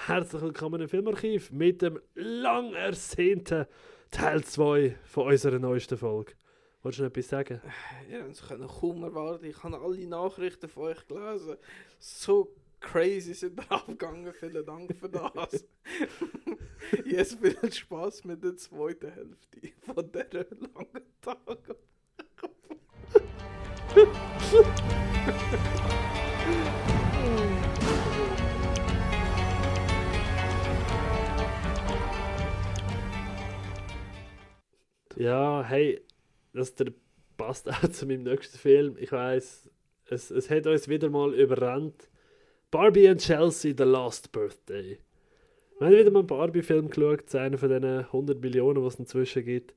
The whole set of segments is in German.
herzlich willkommen im Filmarchiv mit dem lang ersehnten Teil 2 von unserer neuesten Folge. Wolltest du noch etwas sagen? Ja, sie können kaum erwarten. Ich habe alle Nachrichten von euch gelesen. So crazy sind wir abgegangen. Vielen Dank für das. Jetzt viel Spaß mit der zweiten Hälfte von dieser langen Tage. Ja, hey, das passt auch zu meinem nächsten Film. Ich weiss, es hat uns wieder mal überrannt. Barbie and Chelsea, The Last Birthday. Wir haben wieder mal einen Barbie-Film geschaut, zu einer von diesen 100 Millionen, die es inzwischen gibt.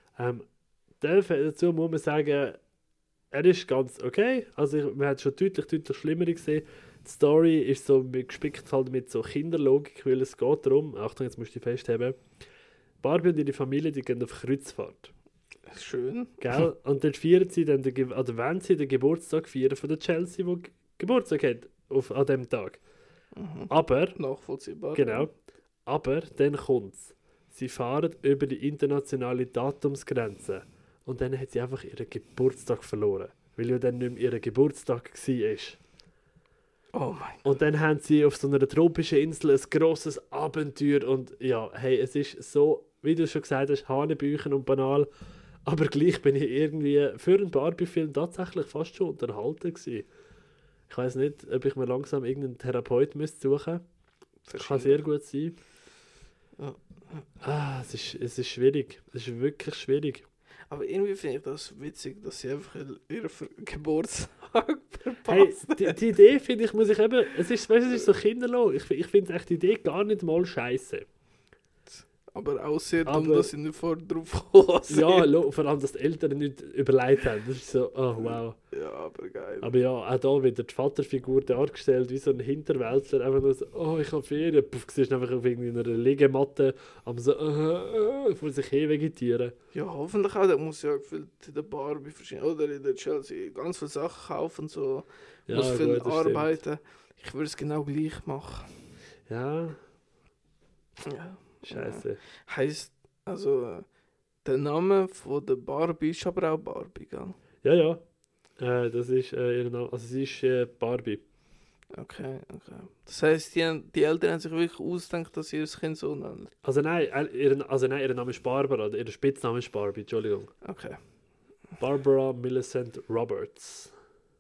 Dazu muss man sagen, er ist ganz okay. Also man hat schon deutlich schlimmere gesehen. Die Story ist so gespickt halt mit so Kinderlogik, weil es geht darum, Achtung, jetzt musst du dich festheben, Barbie und ihre Familie, die gehen auf Kreuzfahrt. Schön. Gell? Und dann feiern sie dann wenn sie den Geburtstag feiern von der Chelsea, die Geburtstag hat an dem Tag. Aber, Nachvollziehbar. genau, aber dann kommt's. Sie fahren über die internationale Datumsgrenze. Und dann hat sie einfach ihren Geburtstag verloren. Weil ja dann nicht mehr ihr Geburtstag war. Oh mein Gott. Und dann haben sie auf so einer tropischen Insel ein grosses Abenteuer. Und ja, hey, es ist so, wie du schon gesagt hast, hanebüchen und banal. Aber gleich bin ich irgendwie für einen Barbie-Film tatsächlich fast schon unterhalten gewesen. Ich weiss nicht, ob ich mir langsam irgendeinen Therapeut müsste suchen. Das kann sehr gut sein. Ja. Es ist schwierig. Es ist wirklich schwierig. Aber irgendwie finde ich das witzig, dass sie einfach ihren Geburtstag Hey, verpasst. die Idee finde ich, muss ich eben, es ist so kinderlos. Ich finde echt die Idee gar nicht mal scheiße. Aber auch sehr dumm, Aber- dass sie nicht vorher drauf gekommen sind. Ja, vor allem, dass die Eltern nicht überlegt haben. Das ist so, oh wow. Ja, aber geil. Aber ja, auch da wieder die Vaterfigur dargestellt, wie so ein Hinterwäldler. Einfach nur so, oh, ich habe Ferien. Puff, siehst du einfach auf irgendwie einer Liegematte am so, vor sich hin vegetieren. Ja, hoffentlich auch. Der muss ja gefühlt in der Barbie verschieden oder in der Chelsea ganz viele Sachen kaufen und so. Ja, Muss viel gut, das stimmt. arbeiten. Ich würde es genau gleich machen. Ja, Ja. scheiße. Heisst, also, der Name von der Barbie ist aber auch Barbie, gell? Ja. Das ist ihr Name. Also sie ist Barbie. Okay. Das heisst, die Eltern haben sich wirklich ausgedacht, dass sie ihr Kind so nennen. Also nein, ihr Name ist Barbara. Ihr Spitzname ist Barbie, Entschuldigung. Okay. Barbara Millicent Roberts.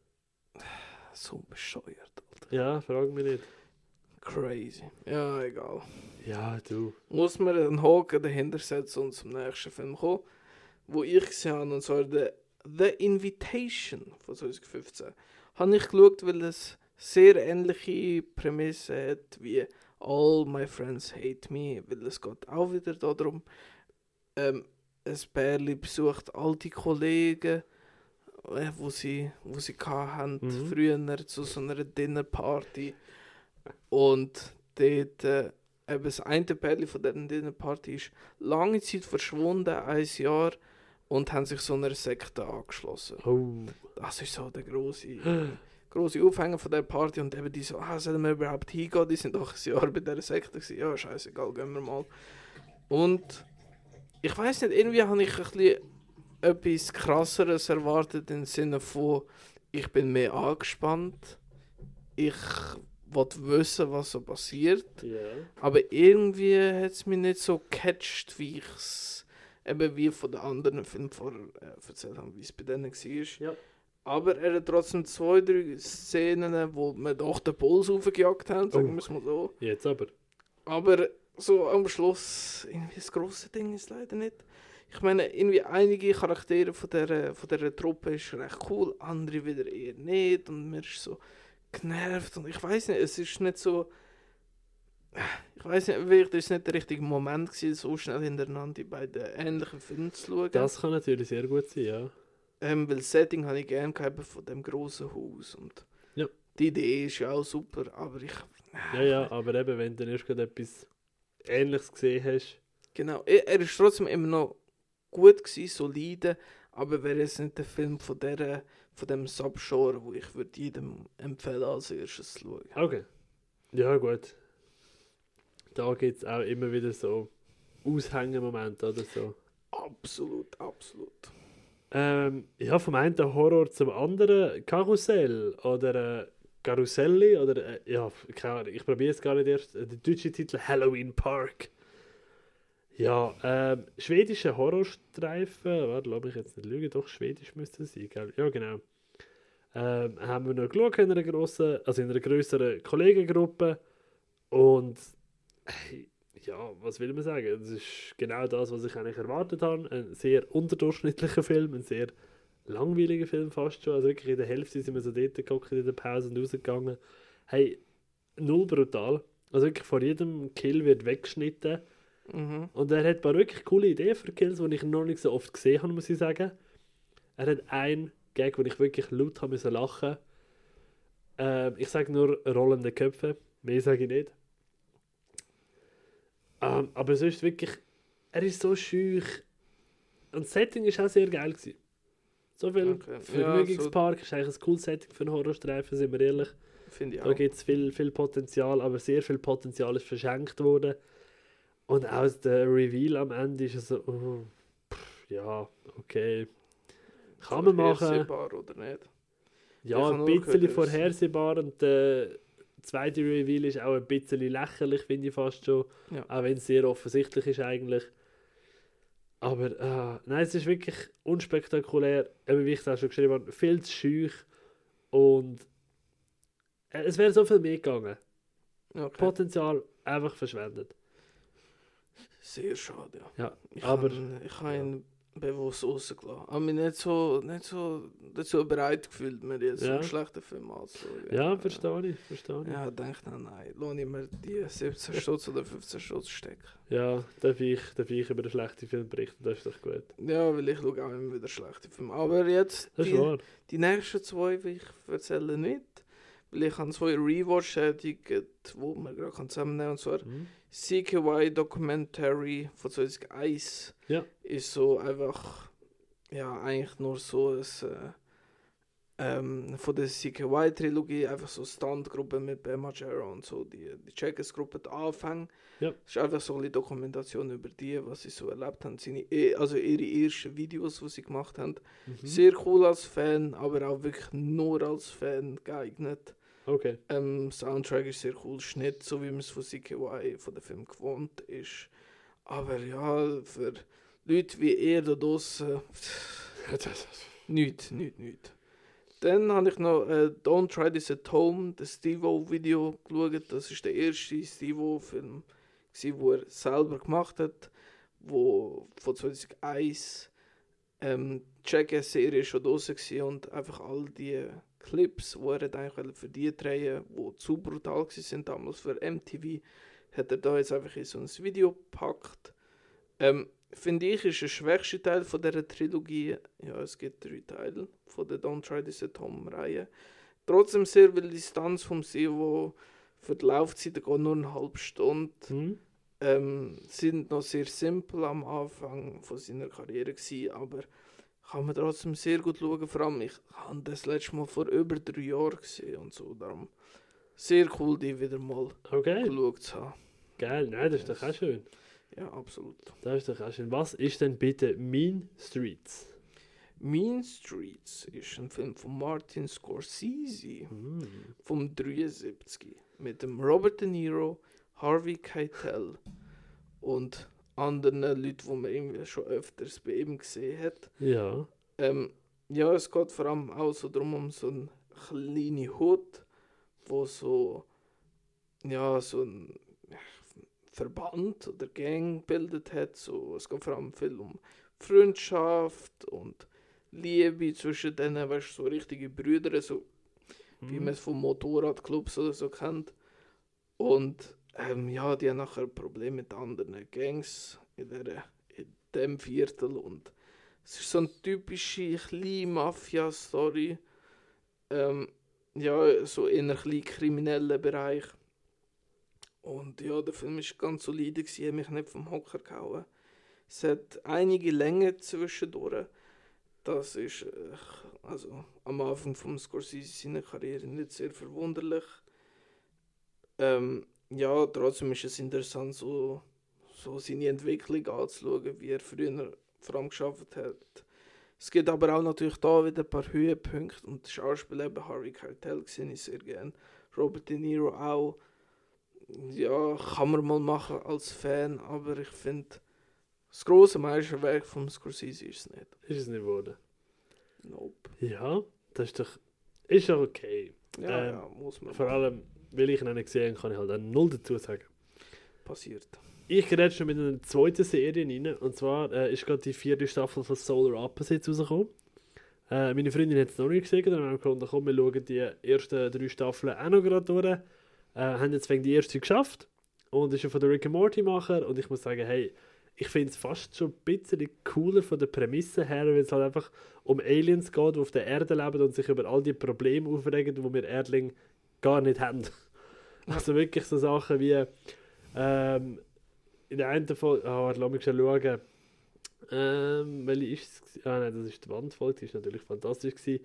So bescheuert, Alter. Ja, frag mich nicht. Crazy. Ja, egal. Ja, du. Muss man einen Haken dahinter setzen und zum nächsten Film kommen, wo ich gesehen habe, und zwar The Invitation von 2015. Habe ich geschaut, weil es sehr ähnliche Prämisse hat wie All My Friends Hate Me, weil es geht auch wieder darum, ein Pärchen besucht alte Kollegen, wo sie hatten, früher zu so einer Dinnerparty. Und dort, eben das eine Pärchen von dieser Dinnerparty ist lange Zeit verschwunden, 1 Jahr, und haben sich so einer Sekte angeschlossen. Oh. Das ist so der grosse Aufhänger von dieser Party. Und eben die so, sollen wir überhaupt hingehen? Die sind doch ein Jahr bei dieser Sekte gewesen. Ja, scheißegal, gehen wir mal. Und ich weiss nicht, irgendwie habe ich ein bisschen etwas Krasseres erwartet im Sinne von, ich bin mehr angespannt. Ich wollte wissen, was so passiert. Ja. Aber irgendwie hat es mich nicht so gecatcht, wie ich es eben wie von den anderen Filmen vorher erzählt habe, wie es bei denen war. Ja. Aber er hat trotzdem 2, 3 Szenen, wo wir doch den Puls aufgejagt haben, sagen wir es mal so. Jetzt aber. Aber so am Schluss, irgendwie das grosse Ding ist leider nicht. Ich meine, irgendwie einige Charaktere von dieser Truppe ist recht cool, andere wieder eher nicht. Und mir ist so genervt. Und ich weiß nicht, es ist nicht so. Ich weiß nicht, vielleicht ist es nicht der richtige Moment gewesen, so schnell hintereinander die beiden ähnlichen Filme zu schauen. Das kann natürlich sehr gut sein, ja. Weil das Setting habe ich gerne gehabt von dem grossen Haus. Und Ja. die Idee ist ja auch super, aber ich. Ja, aber eben, wenn du dann erst gerade etwas Ähnliches gesehen hast. Genau, er ist trotzdem immer noch gut gewesen, solide, aber wäre jetzt nicht der Film von dem Subgenre, wo ich würde jedem empfehlen, als erstes zu schauen. Okay. Ja, gut. Da gibt es auch immer wieder so Aushängemomente oder so. Absolut, absolut. Ja, vom einen Horror zum anderen. Karussell oder Karusselli oder ja, keine Ahnung, ich probiere es gar nicht erst. Der deutsche Titel Halloween Park. Ja, schwedische Horrorstreifen. Warte, lass mich jetzt nicht lügen, doch, schwedisch müsste es sein, gell? Ja, genau. Haben wir noch geschaut in einer grossen, also in einer größeren Kollegengruppe. Und ja, was will man sagen? Das ist genau das, was ich eigentlich erwartet habe. Ein sehr unterdurchschnittlicher Film, ein sehr langweiliger Film fast schon. Also wirklich in der Hälfte sind wir so dort geguckt in der Pause und rausgegangen. Hey, null brutal. Also wirklich vor jedem Kill wird weggeschnitten. Mhm. Und er hat ein paar wirklich coole Ideen für Kills, die ich noch nicht so oft gesehen habe, muss ich sagen. Er hat einen Gag, wo ich wirklich laut habe müssen lachen. Ich sage nur rollende Köpfe, mehr sage ich nicht. Aber sonst wirklich, er ist so schüch. Und das Setting war auch sehr geil gewesen. So viel Okay. Vergnügungspark ist eigentlich ein cooles Setting für einen Horrorstreifen, sind wir ehrlich. Finde ich Da auch. gibt es viel Potenzial, aber sehr viel Potenzial ist verschenkt worden. Und auch der Reveal am Ende ist so, ja, okay. Kann man machen. Vorhersehbar oder nicht? Ja, Ich habe ein nur bisschen gehört, dass- vorhersehbar und der zweite Reveal ist auch ein bisschen lächerlich, finde ich fast schon. Ja. Auch wenn es sehr offensichtlich ist eigentlich. Aber nein, es ist wirklich unspektakulär, eben wie ich es auch schon geschrieben habe, viel zu schüch und es wäre so viel mehr gegangen. Okay. Potenzial einfach verschwendet. Sehr schade, ja. Ja, Ich aber habe ihn bewusst rausgelassen. Ich habe mich nicht so dazu bereit gefühlt, mir jetzt so Ja. einen schlechten Film anzuschauen. ja, verstehe ich. Ja, ich dachte, nein, lohne ich mir die 17 Stutz oder 15 Stutz stecken. Ja, darf ich über den schlechten Film berichten, das ist doch gut. Ja, weil ich schaue auch immer wieder schlechte Filme. Aber jetzt, Das ist wahr. die nächsten zwei will ich erzähle nicht. Weil ich habe zwei Rewatch-Schädigungen, die wir gerade zusammennehmen können. Und zwar Mhm. CKY Documentary von 2001. Ja. Ist so einfach, ja, eigentlich nur so ein, von der CKY-Trilogie, einfach so Standgruppe mit Ben Margera und so, die Checkers-Gruppe, der Anfang. Ja. Es ist einfach so ein bisschen Dokumentation über die, was sie so erlebt haben. Also ihre ersten Videos, die sie gemacht haben. Mhm. Sehr cool als Fan, aber auch wirklich nur als Fan geeignet. Okay. Soundtrack ist sehr cool, Schnitt, so wie man es von CKY, von dem Film gewohnt ist. Aber ja, für Leute wie ihr da draussen, nichts. Dann habe ich noch Don't Try This at Home, das Steve-O-Video geschaut. Das ist der erste Steve-O-Film, den er selber gemacht hat, wo von 2001 die Jackass-Serie schon draussen war und einfach all die Clips, die er hat eigentlich für die drehen, die zu brutal waren damals für MTV, hat er da jetzt einfach in so ein Video gepackt. Finde ich, ist der schwächste Teil von dieser Trilogie. Ja, es gibt 3 Teile von der Don't Try This at Home-Reihe. Trotzdem sehr viel Distanz vom See, wo für die Laufzeit geht nur eine halbe Stunde. Mhm. Sind noch sehr simpel am Anfang von seiner Karriere gewesen, aber kann man trotzdem sehr gut schauen. Vor allem, ich habe das letzte Mal vor über 3 Jahren gesehen und so. Darum sehr cool, die wieder mal Okay, geschaut zu haben. geil. Nein, das ist doch auch schön. Ja, absolut. Das ist doch auch schön. Was ist denn bitte Mean Streets? Mean Streets ist ein Film von Martin Scorsese vom 73 mit dem Robert De Niro, Harvey Keitel und anderen Leuten, die man irgendwie schon öfters bei ihm gesehen hat. Ja. Ja, es geht vor allem auch so darum, um so eine kleine Hut, wo so ein Verband oder Gang gebildet hat. So, es geht vor allem viel um Freundschaft und Liebe zwischen denen, weißt du, so richtige Brüder, so wie man es von Motorradclubs oder so kennt. Und ja, die haben nachher Probleme mit anderen Gangs in dem Viertel. Und es ist so eine typische kleine Mafia-Story. Ja, so in einem kleinen kriminellen Bereich. Und ja, der Film war ganz solide, hat mich nicht vom Hocker gehauen. Es hat einige Längen zwischendurch. Das ist also am Anfang von Scorsese seiner Karriere nicht sehr verwunderlich. ja, trotzdem ist es interessant, so seine Entwicklung anzuschauen, wie er früher vor allem geschafft hat. Es gibt aber auch natürlich da wieder ein paar Höhepunkte und das Schauspiel eben Harvey Keitel gesehen ich sehr gern. Robert De Niro auch. Ja, kann man mal machen als Fan, aber ich finde, das grosse Meisterwerk von Scorsese ist es nicht. Ist es nicht geworden? Nope. Ja, das ist doch... Ist ja okay. Ja, ja, muss man Vor allem, weil ich ihn nicht gesehen habe, kann ich halt auch null dazu sagen. passiert. Ich gehe jetzt schon mit einer zweiten Serie rein. Und zwar ist gerade die 4. Staffel von Solar Opposites rausgekommen. Meine Freundin hat es noch nicht gesehen. Dann haben wir gedacht, komm, wir schauen die ersten 3 Staffeln auch noch gerade durch. Haben jetzt wegen die erste geschafft. Und ist ja von der Rick and Morty Macher. Und ich muss sagen, hey, ich finde es fast schon ein bisschen cooler von der Prämisse her, weil es halt einfach um Aliens geht, die auf der Erde leben und sich über all die Probleme aufregen, die wir Erdling gar nicht haben. Also wirklich so Sachen wie in der einen Folge, lass mich schon schauen, welche ist es? Ah nein, das ist die Wandfolge, die ist natürlich fantastisch gewesen.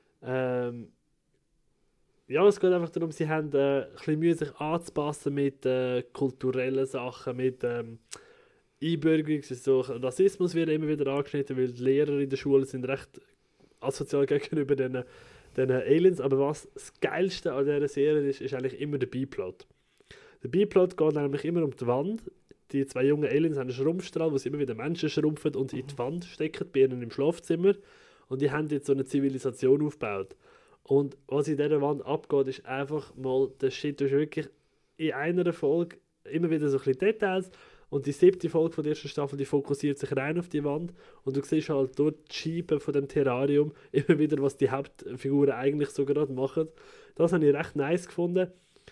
Ja, es geht einfach darum, sie haben ein bisschen Mühe, sich anzupassen mit kulturellen Sachen, mit Einbürgerung, so Rassismus wird immer wieder angeschnitten, weil die Lehrer in der Schule sind recht asozial gegenüber den Aliens. Aber was das Geilste an dieser Serie ist eigentlich immer der B-Plot. Der B-Plot geht nämlich immer um die Wand. Die 2 jungen Aliens haben einen Schrumpfstrahl, wo sie immer wieder Menschen schrumpfen und in die Wand stecken, bei ihnen im Schlafzimmer. Und die haben jetzt so eine Zivilisation aufgebaut. Und was in dieser Wand abgeht, ist einfach mal der Shit. Du hast wirklich in einer Folge immer wieder so ein bisschen Details. Und die 7. Folge von der ersten Staffel, die fokussiert sich rein auf die Wand. Und du siehst halt dort die Scheiben von dem Terrarium immer wieder, was die Hauptfiguren eigentlich so gerade machen. Das habe ich recht nice gefunden.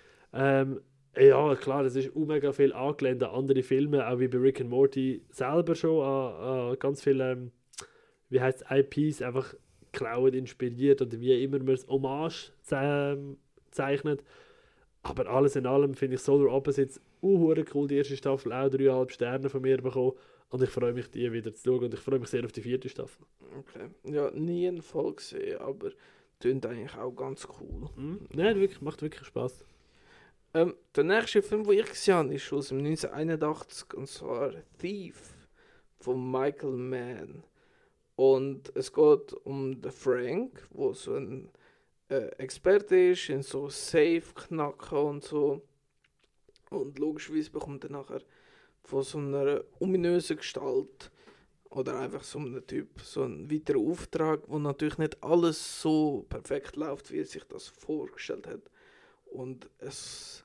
Ja, klar, es ist mega viel angelehnt an andere Filme, auch wie bei Rick and Morty selber schon an ganz viele, wie heißt IPs, einfach geklaut, inspiriert oder wie immer man es Hommage zeichnet. Aber alles in allem finde ich Solar Opposites cool. Die erste Staffel auch 3,5 Sterne von mir bekommen. Und ich freue mich, die wieder zu schauen. Und ich freue mich sehr auf die 4. Staffel. Okay. Ja, nie eine Folge gesehen, aber klingt eigentlich auch ganz cool. Nein, wirklich, macht wirklich Spaß. Der nächste Film, den ich gesehen habe, ist aus dem 1981 und zwar Thief von Michael Mann. Und es geht um den Frank, wo so ein Experte ist in so Safe-Knacken und so. Und logischerweise bekommt er nachher von so einer ominösen Gestalt oder einfach so einem Typ so einen weiteren Auftrag, wo natürlich nicht alles so perfekt läuft, wie er sich das vorgestellt hat. Und es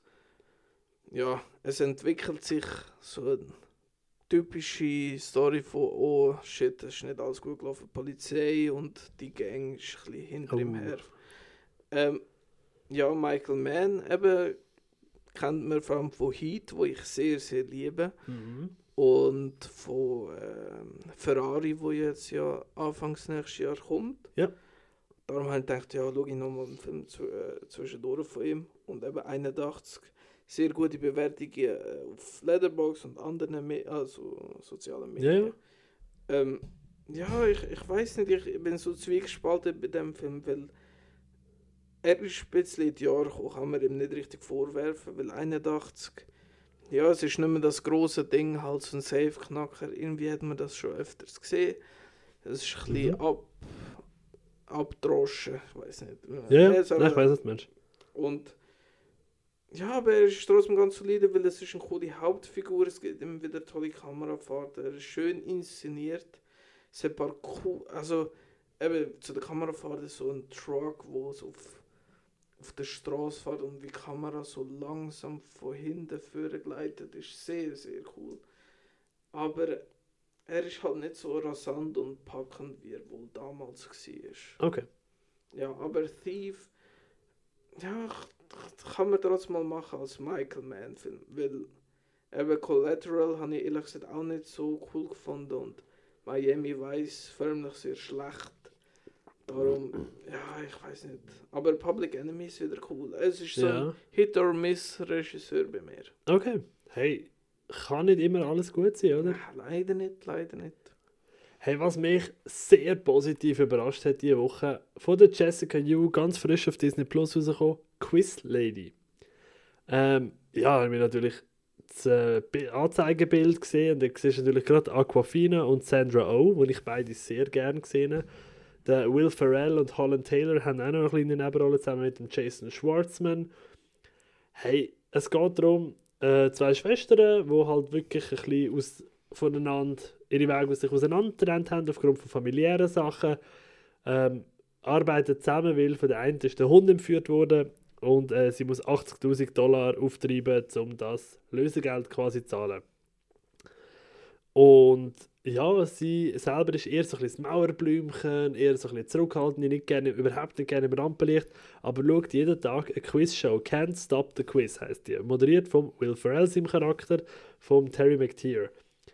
entwickelt sich so eine typische Story von oh shit, es ist nicht alles gut gelaufen, die Polizei und die Gang ist ein bisschen hinter ihm her. Ja, Michael Mann eben kennt man vor allem von Heat, wo ich sehr, sehr liebe. Und von Ferrari, wo jetzt ja Anfangs nächstes Jahr kommt. Ja. Darum habe ich gedacht, ja, schaue ich nochmal einen Film zwischendurch von ihm. Und eben 81, sehr gute Bewertungen auf Letterboxd und anderen sozialen Medien. Ja, ich weiß nicht, ich bin so zwiegespalten bei dem Film, weil er ist ein bisschen in die Jahre gekommen, kann man ihm nicht richtig vorwerfen, weil 81, ja, es ist nicht mehr das grosse Ding, halt so ein Safe-Knacker, irgendwie hat man das schon öfters gesehen. Es ist ein bisschen abdroschen, ich weiß nicht. Ja, ich weiß es, Mensch. Und ja, aber er ist trotzdem ganz solide, weil es ist eine coole Hauptfigur, es gibt immer wieder tolle Kamerafahrten, er ist schön inszeniert, es hat ein paar cool, also eben zu der Kamerafahrt ist so ein Truck, wo so auf der Straße fährt und die Kamera so langsam von hinten vorgleitet, ist sehr, sehr cool. Aber er ist halt nicht so rasant und packend, wie er wohl damals war. Okay. Ja, aber Thief, ja, kann man trotzdem mal machen als Michael Mann-Film, weil eben Collateral habe ich ehrlich gesagt auch nicht so cool gefunden und Miami Vice förmlich sehr schlecht. Darum, ja, ich weiß nicht. Aber Public Enemy ist wieder cool. Es ist so ein Hit-or-Miss-Regisseur bei mir. Okay. Hey, kann nicht immer alles gut sein, oder? Leider nicht, leider nicht. Hey, was mich sehr positiv überrascht hat diese Woche, von der Jessica Yu, ganz frisch auf Disney Plus rausgekommen, Quiz Lady. ja, habe ich natürlich das Anzeigebild gesehen und dann siehst du natürlich gerade Aquafina und Sandra Oh, die ich beide sehr gerne gesehen habe. Der Will Ferrell und Holland Taylor haben auch noch eine kleine Nebenrolle zusammen mit dem Jason Schwartzman. Hey, es geht darum, zwei Schwestern, die halt wirklich ein bisschen voneinander, ihre Wege sich auseinandergetrennt haben aufgrund von familiären Sachen, ähm, arbeiten zusammen, weil von der einen ist der Hund entführt worden und sie muss $80.000 auftreiben, um das Lösegeld quasi zu zahlen. Und ja, sie selber ist eher so ein bisschen das Mauerblümchen, eher so ein bisschen zurückhaltend, nicht gerne, überhaupt nicht gerne im Rampenlicht, aber schaut jeden Tag eine Quizshow. Can't Stop the Quiz heisst die. Moderiert vom Will Ferrell, seinem Charakter, vom Terry McTeer.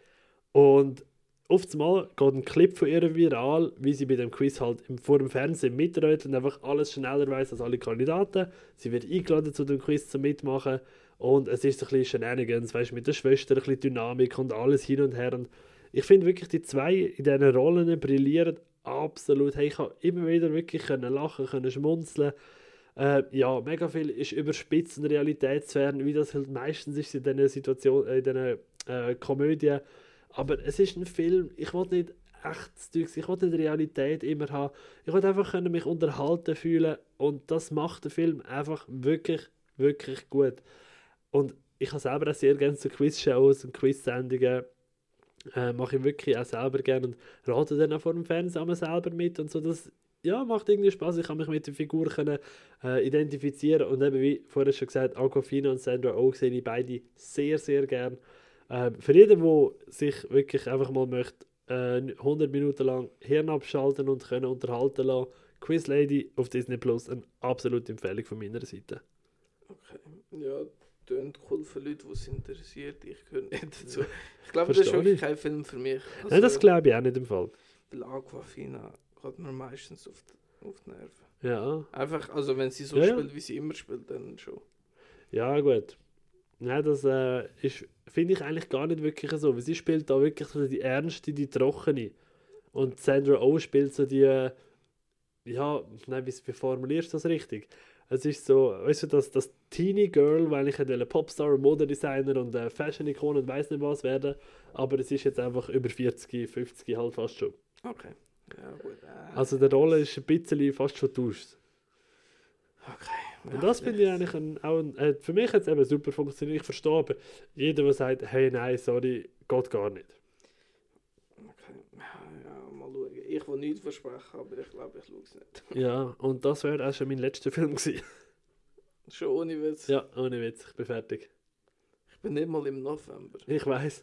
Und oft mal geht ein Clip von ihr viral, wie sie bei dem Quiz halt vor dem Fernsehen mitredet und einfach alles schneller weiß als alle Kandidaten. Sie wird eingeladen zu dem Quiz zum Mitmachen und es ist so ein bisschen Shenanigans, weißt, mit der Schwester, ein bisschen Dynamik und alles hin und her. Und ich finde wirklich, die zwei in diesen Rollen brillieren absolut. Hey, ich habe immer wieder wirklich können lachen, können schmunzeln. Ja, mega viel ist überspitzt und realitätsfern, wie das halt meistens ist in diesen Situationen, in diesen Komödien. Aber es ist ein Film, ich will nicht echtes Zeug, ich will nicht Realität immer haben. Ich will einfach können mich unterhalten fühlen und das macht der Film einfach wirklich, wirklich gut. Und ich habe selber auch sehr gerne so Quizshows und Quiz-Sendungen. Mache ich wirklich auch selber gerne und rate dann auch vor dem Fernsehen selber mit und so. Das ja, macht irgendwie Spaß. Ich kann mich mit der Figur können, identifizieren und eben wie vorher schon gesagt, Aquafina und Sandra Oh sehe ich beide sehr, sehr gern. Für jeden, der sich wirklich einfach mal möchte, 100 Minuten lang Hirn abschalten und können unterhalten lassen, Quiz Lady auf Disney Plus, eine absolute Empfehlung von meiner Seite. Okay, ja, klingt cool für Leute, die es interessiert. Ich gehöre nicht dazu. Ich glaube, das ist wirklich kein Film für mich. Also, nein, das glaube ich auch nicht im Fall. Weil Aquafina geht mir meistens auf die Nerven. Ja. Einfach, also wenn sie so spielt, wie sie immer spielt, dann schon. Ja, gut. Nein, das finde ich eigentlich gar nicht wirklich so, weil sie spielt da wirklich so die ernste, die trockene. Und Sandra Oh spielt so die, ja, nein, wie formulierst du das richtig? Es ist so, weißt du, das Teenie Girl, weil ich ein Popstar, Modedesigner und Fashion-Ikone und weiss nicht was werden, aber es ist jetzt einfach über 40, 50 halt fast schon. Okay. Ja, gut. Also die Rolle ist ein bisschen fast schon getauscht. Okay. Und das finde ich eigentlich für mich hat es eben super funktioniert. Ich verstehe aber jeder, der sagt, hey, nein, sorry, geht gar nicht. Okay, ja, mal schauen. Ich will nichts versprechen, aber ich glaube, ich schaue es nicht. Ja, und das wäre auch schon mein letzter Film gewesen. Schon ohne Witz? Ja, ohne Witz, ich bin fertig. Ich bin nicht mal im November. Ich weiß.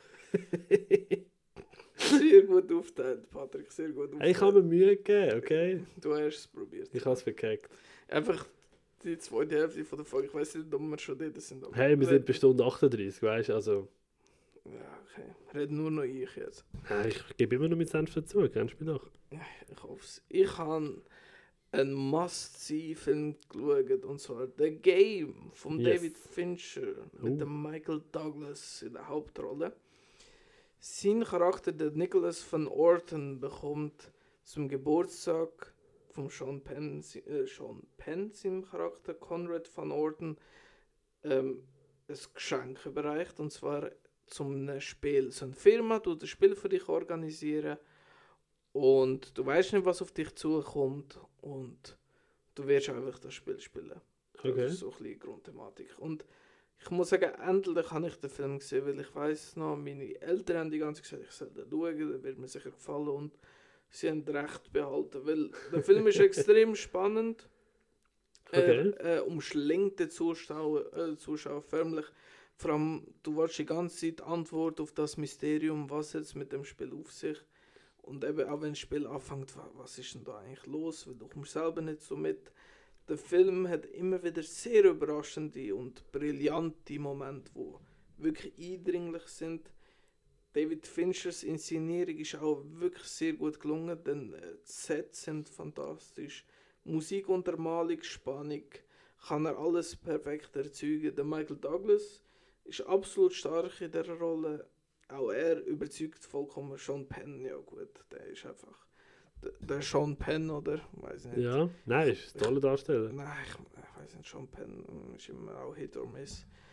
Sehr gut aufteilt, Patrick, sehr gut aufteilt. Hey, ich habe mir Mühe gegeben, okay? Du hast es probiert. Ich habe es verkackt. Einfach die zweite Hälfte von der Folge. Ich weiß nicht, ob wir schon dort sind. Hey, wir sind bei Stunde 38, weißt du, also... Ja, okay. Red nur noch ich jetzt. Ja, ich gebe immer noch mit Senf dazu, kennst du mich doch. Ich hoffe es. Ich habe einen Must-See-Film geschaut, und zwar The Game von David Fincher mit dem Michael Douglas in der Hauptrolle. Sein Charakter, der Nicholas Van Orton, bekommt zum Geburtstag von Sean Penn, seinem Charakter Conrad Van Orton, ein Geschenk überreicht, und zwar zum Spiel. So eine Firma tut ein Spiel für dich organisieren und du weißt nicht, was auf dich zukommt und du wirst einfach das Spiel spielen. Okay. Das ist so ein bisschen die Grundthematik. Und ich muss sagen, endlich habe ich den Film gesehen, weil ich weiss noch, meine Eltern haben die ganze Zeit gesagt, ich soll den schauen, der wird mir sicher gefallen, und sie haben recht behalten, weil der Film ist extrem spannend. Okay. Er umschlingt den Zuschauer förmlich. Vor allem, du willst die ganze Zeit Antwort auf das Mysterium, was jetzt mit dem Spiel auf sich. Und eben auch wenn das Spiel anfängt, was ist denn da eigentlich los, weil du kommst selber nicht so mit. Der Film hat immer wieder sehr überraschende und brillante Momente, die wirklich eindringlich sind. David Finchers Inszenierung ist auch wirklich sehr gut gelungen, denn die Sets sind fantastisch. Musikuntermalung, Spannung, kann er alles perfekt erzeugen. Der Michael Douglas ist absolut stark in dieser Rolle. Auch er überzeugt vollkommen. Sean Penn, ja gut, der ist einfach der Sean Penn, oder? Weiß nicht. Ja, nein, ist ein toller Darsteller. Nein, ich weiß nicht, Sean Penn ist immer auch Hit or Miss.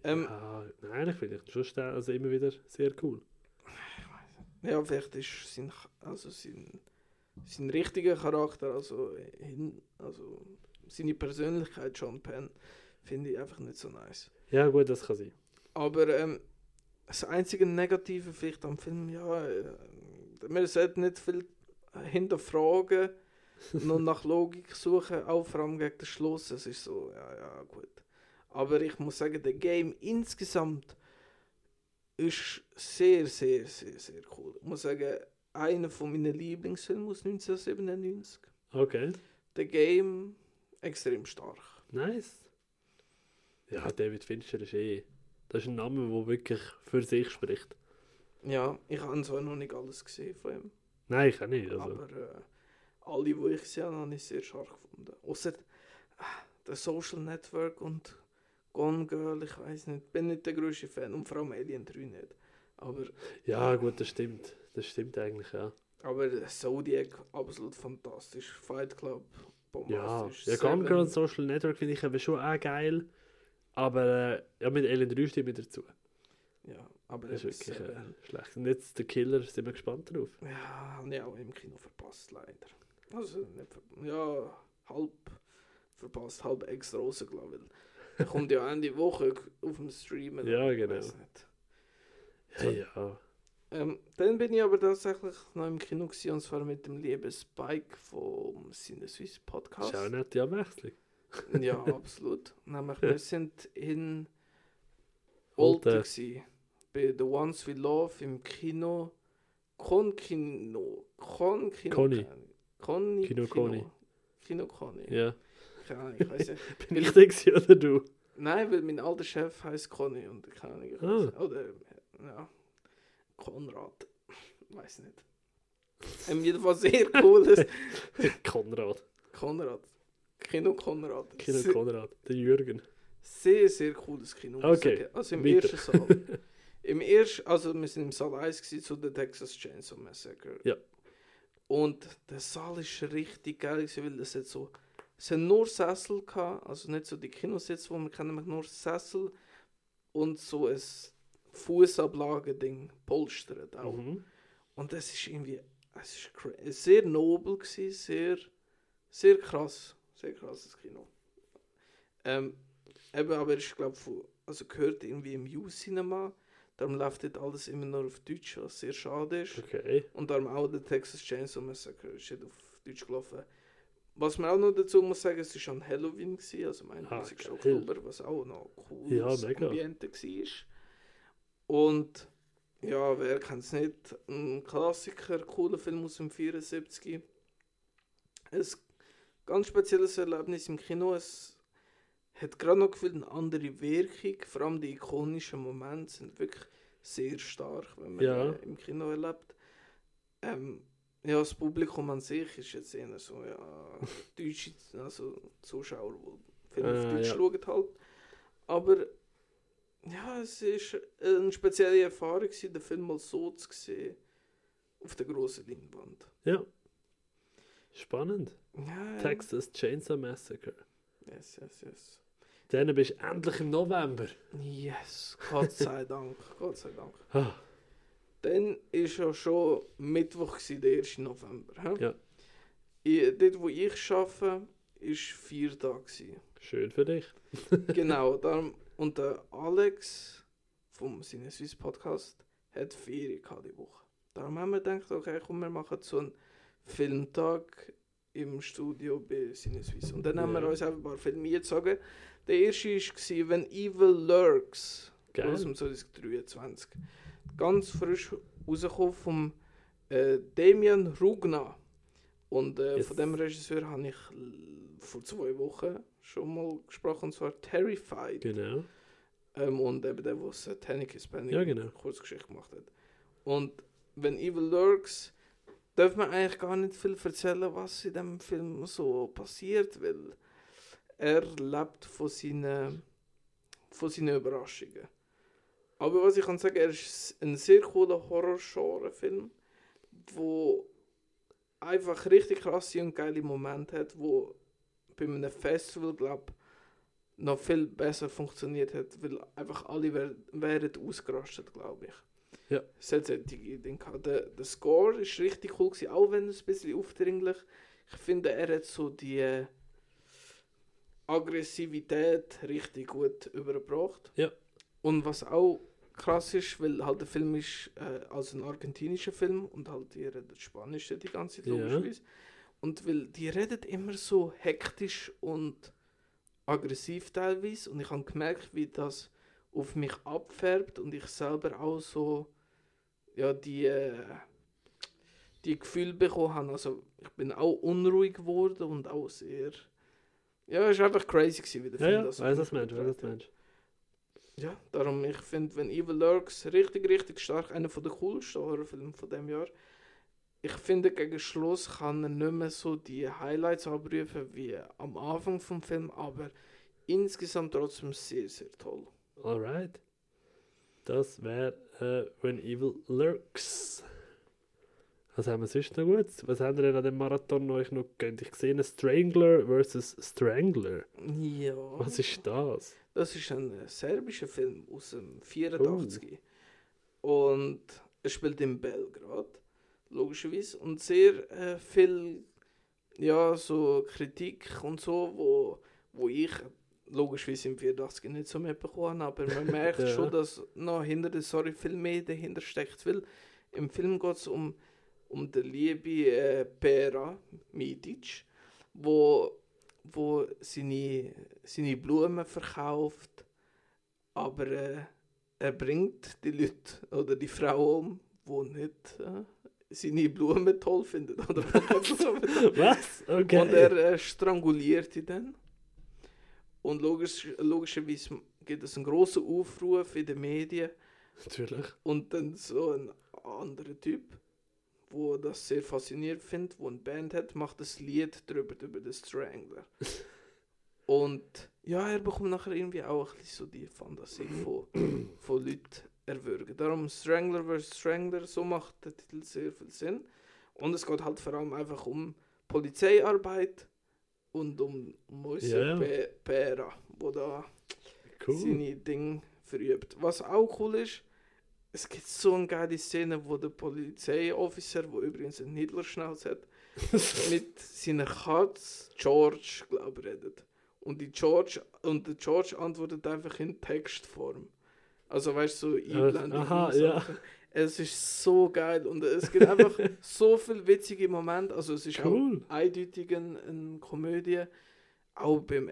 Nein, ich finde ich schon also immer wieder sehr cool. Ja, vielleicht ist sein richtiger Charakter, also seine Persönlichkeit, Sean Penn, finde ich einfach nicht so nice. Ja gut, das kann sein. Aber das einzige Negative vielleicht am Film, ja, man sollte nicht viel hinterfragen, nur nach Logik suchen, auch vor allem gegen den Schluss, es ist so, ja, gut. Aber ich muss sagen, der Game insgesamt ist sehr, sehr, sehr, sehr cool. Ich muss sagen, einer von meinen Lieblingsfilmen aus 1997. Okay. Der Game, extrem stark. Nice. Ja, David Fincher ist das ist ein Name, der wirklich für sich spricht. Ja, ich habe zwar noch nicht alles gesehen von ihm. Nein, ich auch nicht. Also. Aber alle, die ich gesehen habe, habe ich sehr stark gefunden. Außer The Social Network und Gone Girl, ich weiß nicht, bin nicht der grösste Fan und vor allem Alien 3 nicht. Aber, ja, gut, das stimmt. Das stimmt eigentlich, ja. Aber Zodiac, absolut fantastisch. Fight Club, bombastisch. Ja, Gone Girl und Social Network finde ich eben schon auch geil. Aber ja, mit Alien 3 stimme ich dazu. Ja, aber das ist wirklich schlecht. Und jetzt der Killer, sind wir gespannt drauf. Ja, habe ich auch im Kino verpasst, leider. Also, nicht halb verpasst, halb extra rausgelassen, weil er kommt ja Ende Woche auf dem Stream. Ja, genau. Nicht. So. Ja. Dann bin ich aber tatsächlich noch im Kino gewesen, und zwar mit dem lieben Spike vom Cineswiss Podcast. Das ist auch eine nette Abwechslung. Ja, absolut. Nämlich, wir sind in Olten gewesen, bei The Ones We Love im Kino. Kino Conny. Ja. Keine Ahnung, ich weiß nicht. Bin ich der oder du? Nein, weil mein alter Chef heisst Conny und keine Ahnung. Oder, ja, Konrad. Weiß nicht. Jedenfalls sehr cooles. Konrad. Kino Konrad. Konrad. Der Jürgen. Sehr, sehr cooles Kino. Okay. Also im ersten Saal. Also wir sind im Saal 1 gewesen, zu der Texas Chainsaw Massacre. Ja. Und der Saal ist richtig geil gewesen, weil es hat nur Sessel gehabt, also nicht so die Kinositze, wo man kennen, nämlich nur Sessel und so ein Fußablage-Ding, polstert auch. Mhm. Und das ist irgendwie, es ist sehr nobel gewesen, sehr, sehr krass, sehr krasses Kino. Aber ich glaube, gehört irgendwie im U-Cinema, darum läuft dort alles immer nur auf Deutsch, was sehr schade ist. Okay. Und darum auch der Texas Chainsaw Massacre ist nicht auf Deutsch gelaufen. Was man auch noch dazu muss sagen, es war an Halloween, also am 31. Oktober, was auch noch cool Ambiente war. Und ja, wer kennt es nicht? Ein Klassiker, cooler Film aus dem 74. Ein ganz spezielles Erlebnis im Kino. Es hat gerade noch gefühlt eine andere Wirkung. Vor allem die ikonischen Momente sind wirklich sehr stark, wenn man im Kino erlebt. Ja, das Publikum an sich ist jetzt eher so, deutsche Zuschauer, die Filme auf Deutsch schauen halt. Aber ja, es war eine spezielle Erfahrung, den Film mal so zu sehen, auf der grossen Leinwand. Ja. Spannend. Ja. Texas Chainsaw Massacre. Yes. Dann bist du endlich im November. Yes, Gott sei Dank. Ah. Dann war ja schon Mittwoch, der 1. November. Ja. Dort, wo ich arbeite, war 4 Tage. Schön für dich. Genau, darum, und der Alex vom Cineswiss Podcast hat Ferien die Woche. Darum haben wir gedacht, okay, komm, wir machen so einen Filmtag im Studio bei Cineswiss. Und dann haben wir uns ein paar Filme gezogen. Der erste war «When Evil Lurks» aus dem 2023. Ganz frisch rausgekommen vom Demian Rugna. Und von dem Regisseur habe ich vor 2 Wochen schon mal gesprochen, und zwar Terrified. Genau. Und eben der, der Satanic Hispanic Kurzgeschichte gemacht hat. Und «When Evil Lurks» darf man eigentlich gar nicht viel erzählen, was in diesem Film so passiert, weil er lebt von seinen Überraschungen. Aber was ich kann sagen, er ist ein sehr cooler Horror-Genre-Film, wo einfach richtig krasse und geile Momente hat, wo bei einem Festival, glaube noch viel besser funktioniert hat, weil einfach alle wären ausgerastet, glaube ich. Ja. Es hat solche Dinge gehabt. Der Score ist richtig cool gewesen, auch wenn es ein bisschen aufdringlich. Ich finde, er hat so die Aggressivität richtig gut übergebracht. Ja. Und was auch krass ist, weil halt der Film ist also ein argentinischer Film und halt die reden Spanisch die ganze Zeit, logischerweise. Und weil die reden immer so hektisch und aggressiv teilweise und ich habe gemerkt, wie das auf mich abfärbt und ich selber auch so ja, die Gefühle bekommen habe. Also ich bin auch unruhig geworden und auch sehr... Ja, es war einfach crazy gewesen, wie der Film das weiß das Mensch. Ja, darum, ich finde, wenn Evil Lurks richtig, richtig stark, einer der coolsten Horrorfilme von dem Jahr. Ich finde, gegen Schluss kann er nicht mehr so die Highlights abrufen wie am Anfang vom Film, aber insgesamt trotzdem sehr, sehr toll. Alright. Das wäre When Evil Lurks. Was haben wir sonst noch gut? Was haben wir denn an dem Marathon euch noch gegönnt? Ich sehe Strangler vs. Strangler. Ja. Was ist das? Das ist ein serbischer Film aus dem 84. Und er spielt in Belgrad, logischerweise. Und sehr viel ja, so Kritik und so, wo ich logischerweise im 84 nicht so mitbekommen habe. Aber man merkt schon, dass noch hinter der Story viel mehr dahinter steckt. Weil im Film geht es um den liebe Pera Mitic, wo seine Blumen verkauft, aber er bringt die Leute oder die Frauen um, die nicht seine Blumen toll finden. Oder was? Okay. Und er stranguliert die dann. Und logischerweise gibt es einen grossen Aufruf in den Medien. Natürlich. Und dann so ein anderer Typ, wo das sehr faszinierend findet, wo eine Band hat, macht ein Lied über den Strangler. Und ja, er bekommt nachher irgendwie auch ein bisschen so die Fantasie von Leuten erwürgen. Darum Strangler vs. Strangler, so macht der Titel sehr viel Sinn. Und es geht halt vor allem einfach um Polizeiarbeit und um unsere Pera, wo da seine Dinge verübt. Was auch cool ist, es gibt so eine geile Szene, wo der Polizeiofficer, der übrigens einen Hitlerschnauz hat, mit seiner Katze George, glaube ich, redet. Und der George antwortet einfach in Textform. Also weißt du, so Einblendung. Aha, ja. Es ist so geil und es gibt einfach so viele witzige Momente. Also es ist auch eindeutig eine Komödie. Auch beim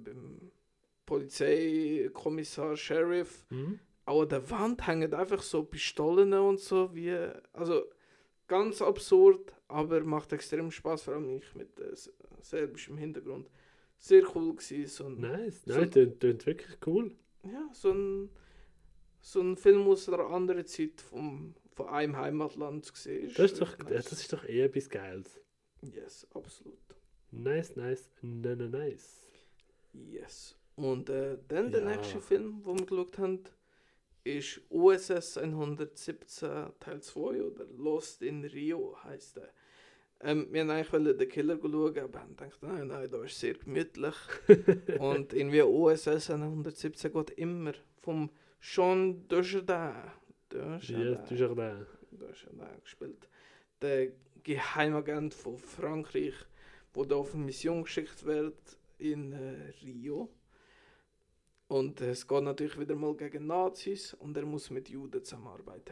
Polizeikommissar, Sheriff. Auch an der Wand hängen einfach so Pistolen und so. Also ganz absurd, aber macht extrem Spaß, vor allem ich mit serbischem Hintergrund. Sehr cool gewesen. Nice, klingt wirklich cool. Ja, so ein Film aus einer anderen Zeit von einem Heimatland gesehen. Das ist doch eher etwas Geiles. Yes, absolut. Nice. Nice. Yes. Und dann der nächste Film, den wir geschaut haben, ist USS 117 Teil 2 oder Lost in Rio heisst der. Wir haben eigentlich den Killer schauen, aber haben gedacht, nein, da ist sehr gemütlich. Und irgendwie USS 117 geht immer vom Jean Dujardin. Dujardin gespielt. Der Geheimagent von Frankreich, der da auf eine Mission geschickt wird in Rio. Und es geht natürlich wieder mal gegen Nazis und er muss mit Juden zusammenarbeiten.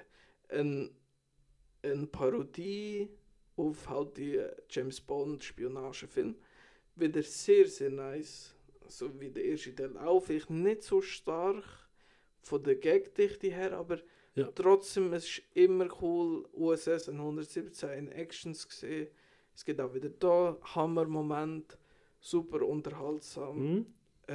Eine Parodie auf halt die James Bond Spionagefilm. Wieder sehr, sehr nice. So wie der erste Teil auch. Vielleicht nicht so stark von der Gagdichte her, aber trotzdem, es ist immer cool, USS 117 in Actions gesehen. Es gibt auch wieder da Hammer-Moment, super unterhaltsam.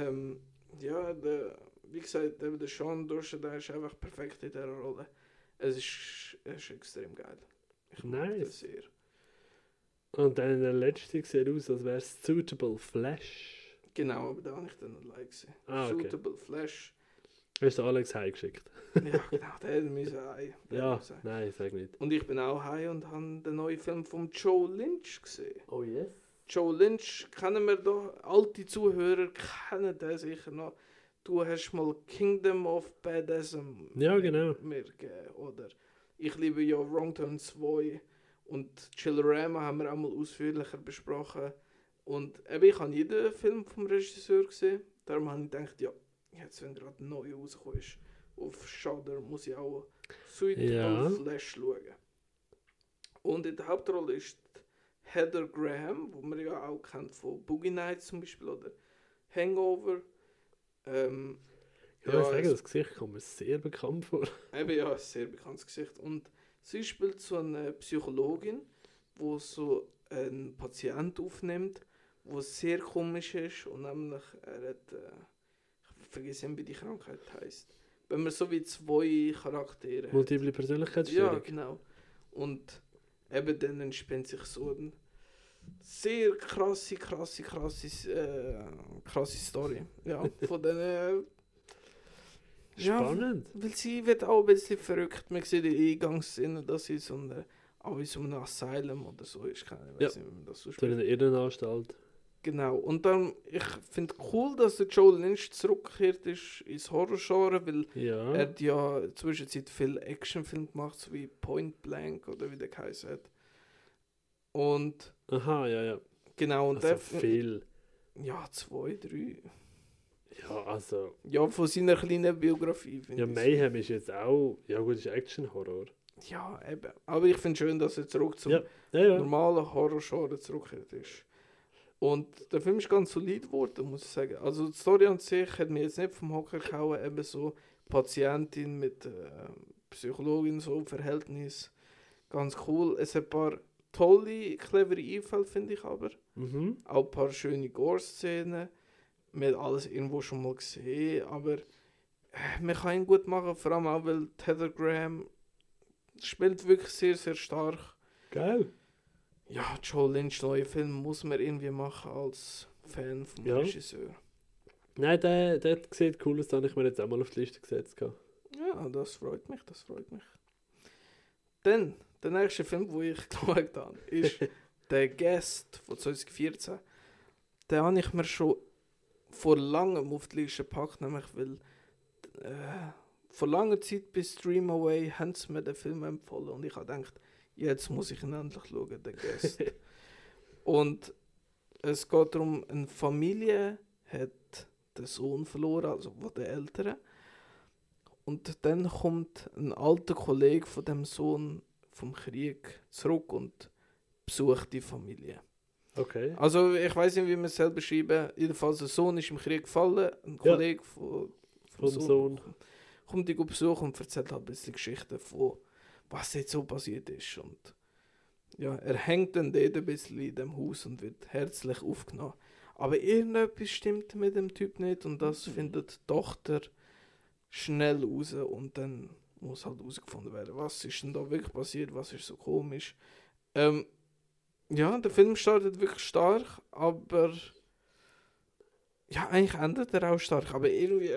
Wie gesagt, der Sean Dujardin ist einfach perfekt in dieser Rolle. Es ist extrem geil. Ich mag das sehr. Und dann der letzte sieht aus, als wäre es Suitable Flash. Genau, aber da habe ich dann allein gesehen. Okay. Suitable Flash. Hast du Alex heimgeschickt? Ja, genau, der müsse heim. Nein, sag nicht. Und ich bin auch heim und habe den neuen Film von Joe Lynch gesehen. Oh yes? Joe Lynch kennen wir da, alte Zuhörer kennen den sicher noch. Du hast mal Kingdom of Badassm Ja, genau. mir gegeben, oder? Ich liebe ja Wrong Turn 2 und Chillerama haben wir auch mal ausführlicher besprochen. Und eben, ich habe jeden Film vom Regisseur gesehen. Darum habe ich gedacht, ja, jetzt wenn gerade ein neuer rausgekommen ist, auf Shudder muss ich auch Suitable Flesh schauen. Und in der Hauptrolle ist Heather Graham, wo man ja auch kennt von Boogie Nights zum Beispiel oder Hangover. Ich würde sagen, das Gesicht kommt mir sehr bekannt vor. Eben ja, ein sehr bekanntes Gesicht. Und sie spielt so eine Psychologin, wo so einen Patient aufnimmt, wo sehr komisch ist und nämlich er hat, ich vergesse nicht, wie die Krankheit heisst. Wenn man so wie zwei Charaktere hat. Multiple Persönlichkeitsstörung. Ja, genau. Und eben dann entspinnt sich so eine sehr krasse Story. Ja, von denen. Spannend. Ja, weil sie wird auch ein bisschen verrückt. Man sieht in der Eingangsszene, dass sie so eine, auch in so einem Asylum oder so ist. Ich weiß nicht, wie man das so spricht. In einer Irrenanstalt. Genau. Und dann, ich finde cool, dass der Joe Lynch zurückgekehrt ist ins Horror-Genre, weil er hat ja in der Zwischenzeit viele Actionfilme gemacht, so wie Point Blank oder wie der geheißen hat. Und... Aha, ja. Genau. Und also viel. Ja, 2, 3... Ja, also... Ja, von seiner kleinen Biografie, finde ich. Ja, Mayhem ist jetzt auch... Ja gut, ist Action-Horror. Ja, eben. Aber ich finde es schön, dass er zurück zum normalen Horror-Genre zurückgekehrt ist. Und der Film ist ganz solid geworden, muss ich sagen. Also die Story an sich hat mir jetzt nicht vom Hocker gehauen, eben so Patientin mit Psychologin, so Verhältnis. Ganz cool. Es hat ein paar tolle, clevere Einfälle, finde ich aber. Auch ein paar schöne Gore-Szenen. Man hat alles irgendwo schon mal gesehen, aber man kann ihn gut machen, vor allem auch, weil Heather Graham spielt wirklich sehr, sehr stark. Geil. Ja, Joe Lynch neue Film muss man irgendwie machen als Fan vom Regisseur. Nein, der sieht cool aus, den habe ich mir jetzt auch mal auf die Liste gesetzt. Ja, das freut mich. Dann, der nächste Film, den ich geschaut habe, ist «Der Guest» von 2014. Den habe ich mir schon vor langem auf die Liste gepackt, nämlich weil vor langer Zeit bei Stream Away haben sie mir den Film empfohlen und ich habe gedacht, jetzt muss ich ihn endlich schauen, «Der Guest». Und es geht darum, eine Familie hat den Sohn verloren, also von den Eltern. Und dann kommt ein alter Kollege von dem Sohn vom Krieg zurück und besucht die Familie. Okay. Also ich weiß nicht, wie man es selber beschreiben. Jedenfalls, der Sohn ist im Krieg gefallen, ein Kollege vom Sohn kommt ihn besuchen und erzählt halt ein bisschen Geschichten von, was jetzt so passiert ist. Und ja, er hängt dann dort ein bisschen in dem Haus und wird herzlich aufgenommen. Aber irgendetwas stimmt mit dem Typ nicht und das findet die Tochter schnell raus und dann muss halt herausgefunden werden, was ist denn da wirklich passiert, was ist so komisch. Ja, der Film startet wirklich stark, aber ja, eigentlich endet er auch stark, aber irgendwie...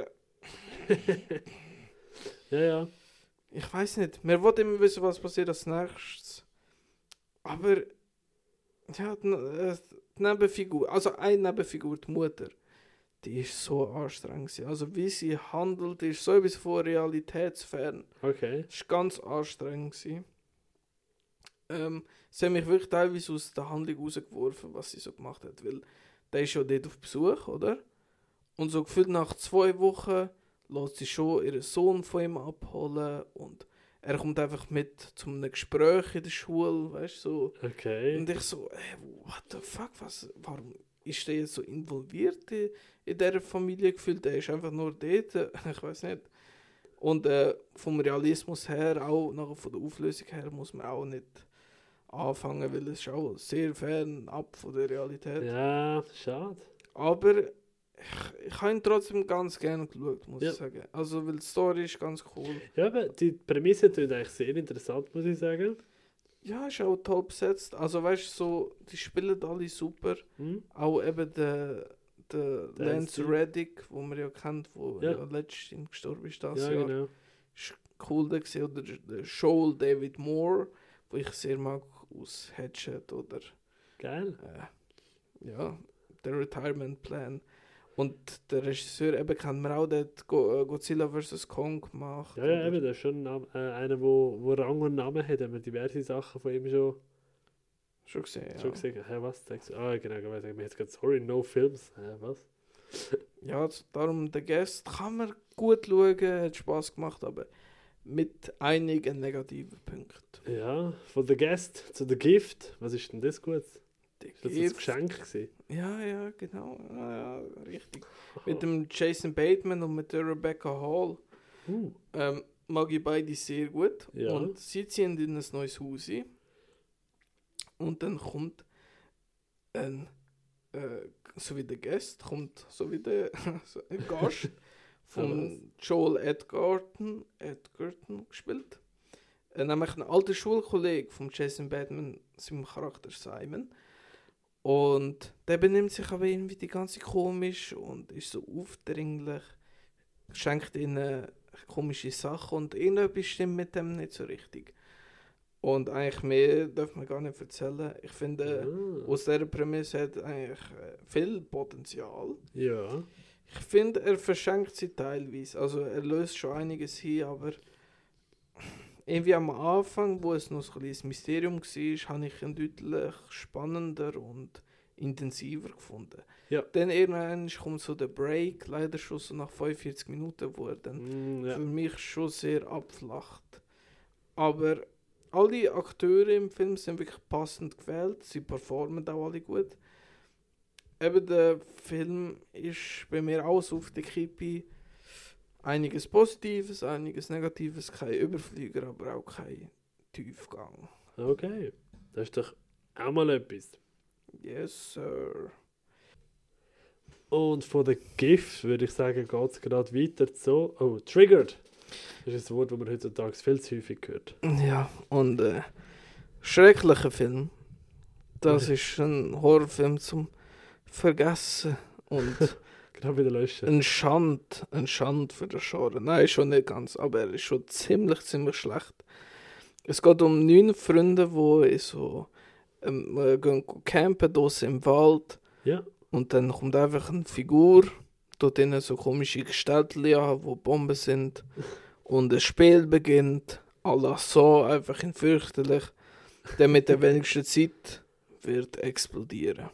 ja. Ich weiß nicht, man will immer wissen, was passiert als nächstes. Aber ja, die Nebenfigur, also eine Nebenfigur, die Mutter, die ist so anstrengend. Also wie sie handelt, ist so etwas von realitätsfern. Okay. Das war ganz anstrengend. Sie haben mich wirklich teilweise aus der Handlung rausgeworfen, was sie so gemacht hat. Weil der ist ja dort auf Besuch, oder? Und so gefühlt nach 2 Wochen lässt sie schon ihren Sohn von ihm abholen und er kommt einfach mit zu einem Gespräch in der Schule, weißt du, so. Okay. Und ich so, what the fuck, warum ist der jetzt so involviert in dieser Familie gefühlt? Der ist einfach nur dort, ich weiß nicht. Und vom Realismus her, auch nachher von der Auflösung her, muss man auch nicht anfangen, weil es ist auch sehr fern ab von der Realität. Ja, schade. Aber ich habe ihn trotzdem ganz gerne geschaut, muss ich sagen. Also, weil die Story ist ganz cool. Ja, aber die Prämisse klingt eigentlich sehr interessant, muss ich sagen. Ja, ist auch toll besetzt. Also, weißt du, so, die spielen alle super. Auch eben der Lance Reddick, den man ja kennt, der letztens gestorben ist das Jahr. Genau. Ist cool da gewesen. Oder der Joel David Moore, den ich sehr mag aus Headshot oder... Geil. ja, der Retirement Plan. Und der Regisseur eben kennt man auch, der hat Godzilla vs. Kong gemacht. Ja, ja, eben, der ist schon einer, wo Rang und Namen hat. Haben wir diverse Sachen von ihm Schon gesehen, ja. schon gesehen. Hä, was? Sagst du? Ah, genau, ich weiß nicht, mir jetzt gerade, sorry, no films. Hä, was? Ja, also darum, der Guest kann man gut schauen, hat Spaß gemacht, aber mit einigen negativen Punkten. Ja, von The Guest zu The Gift. Was ist denn das gut? Der Ist das ein Gift- Geschenk gewesen? Ja, genau. Ja, richtig. Mit dem Jason Bateman und mit der Rebecca Hall mag ich beide sehr gut. Ja. Und sie ziehen in ein neues Haus ein. Und dann kommt ein, so wie der Gast, kommt so wie der so ein Gast von Joel Edgerton gespielt. Nämlich ein alter Schulkollege von Jason Bateman, seinem Charakter Simon. Und der benimmt sich aber irgendwie die ganze komisch und ist so aufdringlich, schenkt ihnen komische Sachen und irgendetwas stimmt mit dem nicht so richtig. Und eigentlich mehr darf man gar nicht erzählen. Ich finde, aus dieser Prämisse hat eigentlich viel Potenzial. Ja. Ich finde, er verschenkt sie teilweise. Also er löst schon einiges hin, aber irgendwie am Anfang, wo es noch so ein kleines Mysterium war, habe ich ihn deutlich spannender und intensiver gefunden. Ja. Dann irgendwann kommt so der Break, leider schon so nach 45 Minuten, wo er dann Ja. für mich schon sehr abflacht. Aber alle Akteure im Film sind wirklich passend gewählt, sie performen auch alle gut. Eben der Film ist bei mir alles auf der Kippe. Einiges Positives, einiges Negatives, kein Überflieger, aber auch kein Tiefgang. Okay. Das ist doch auch mal etwas. Yes, sir. Und von der Gift würde ich sagen, geht es gerade weiter zu. Oh, Triggered. Das ist ein Wort, das man heutzutage viel zu häufig hört. Ja, und schrecklicher Film. Das ist ein Horrorfilm zum Vergessen. Und Gerade wieder löschen. ein Schand für das Genre. Nein, schon nicht ganz, aber er ist schon ziemlich schlecht. Es geht um 9 Freunde, die so gehen campen draussen im Wald. Ja. Und dann kommt einfach eine Figur, dort innen so komische Gestalten an, wo Bomben sind. Und das Spiel beginnt. Allah so, einfach in fürchterlich. Der mit der wenigsten Zeit wird explodieren.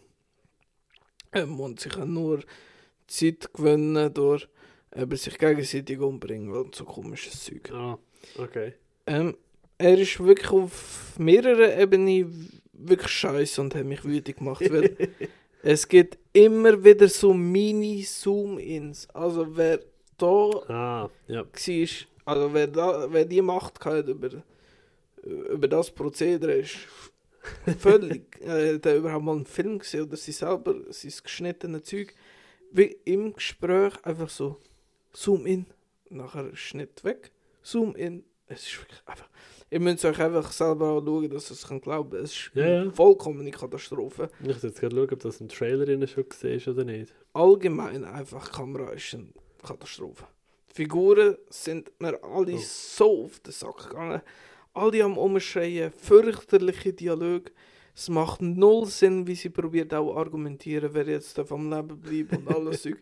Und sie kann nur Zeit gewinnen durch sich gegenseitig umbringen und so komisches Zeug. Ah, okay. Er ist wirklich auf mehreren Ebenen wirklich scheiße und hat mich wütend gemacht, weil es gibt immer wieder so Mini-Zoom-Ins. Also wer da Ah, ja. war, also wer die Macht hatte über das Prozedere, ist völlig, hat er überhaupt mal einen Film gesehen oder sie selber, sein geschnittene Zeug, wie im Gespräch einfach so Zoom in, nachher Schnitt weg, Zoom in, es ist wirklich einfach, ihr müsst euch einfach selber anschauen, dass ihr es glauben könnt, es ist eine vollkommene Katastrophe. Ich muss jetzt gerade schauen, ob das im Trailer schon gesehen ist oder nicht. Allgemein einfach, die Kamera ist eine Katastrophe. Die Figuren sind mir alle so auf den Sack gegangen. Alle am Umschreien, fürchterliche Dialoge. Es macht null Sinn, wie sie probiert auch argumentieren, wer jetzt am Leben bleibt und alles Zeug.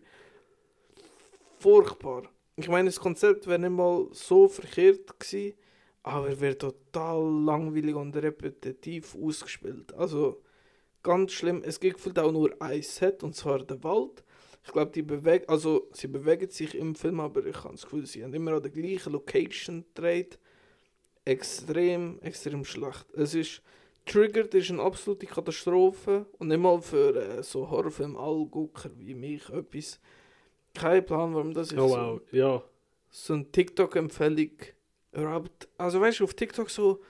Furchtbar. Ich meine, das Konzept wäre nicht mal so verkehrt gewesen, aber er wird total langweilig und repetitiv ausgespielt. Also ganz schlimm. Es gibt auch nur ein Set, und zwar der Wald. Ich glaube, sie bewegen sich im Film, aber ich habe das Gefühl, sie haben immer an der gleichen Location gedreht. Extrem schlecht. Triggered ist eine absolute Katastrophe und nicht mal für so Horrorfilm-Allgucker wie mich etwas. Kein Plan, warum das ist. Oh wow, ja. So eine TikTok-Empfehlung überhaupt. Also weißt du, auf TikTok so